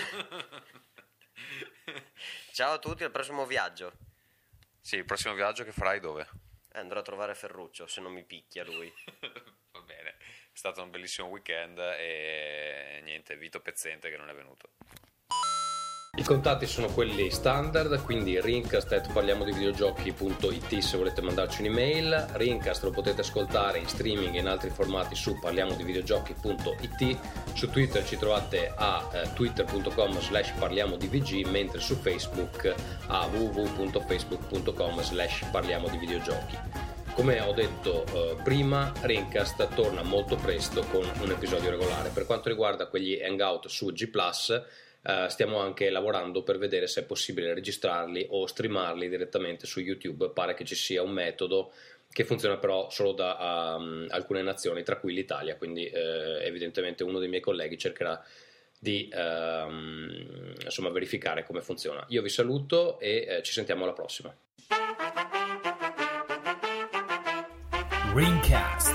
Ciao a tutti, al prossimo viaggio. Sì, il prossimo viaggio che farai dove? Eh, andrò a trovare Ferruccio, se non mi picchia lui. Va bene, è stato un bellissimo weekend e niente, Vito Pezzente che non è venuto. I contatti sono quelli standard, quindi rincast at parliamo di videogiochi punto it se volete mandarci un'email. Rincast lo potete ascoltare in streaming e in altri formati su parliamo di videogiochi punto it. Su Twitter ci trovate a eh, twitter punto com slash parliamo di vg, mentre su Facebook a w w w punto facebook punto com slash parliamo di videogiochi. Come ho detto eh, prima, Rincast torna molto presto con un episodio regolare. Per quanto riguarda quegli hangout su G plus, Uh, stiamo anche lavorando per vedere se è possibile registrarli o streamarli direttamente su YouTube. Pare che ci sia un metodo che funziona però solo da um, alcune nazioni, tra cui l'Italia, quindi uh, evidentemente uno dei miei colleghi cercherà di uh, insomma verificare come funziona. Io vi saluto e uh, ci sentiamo alla prossima. Ringcast.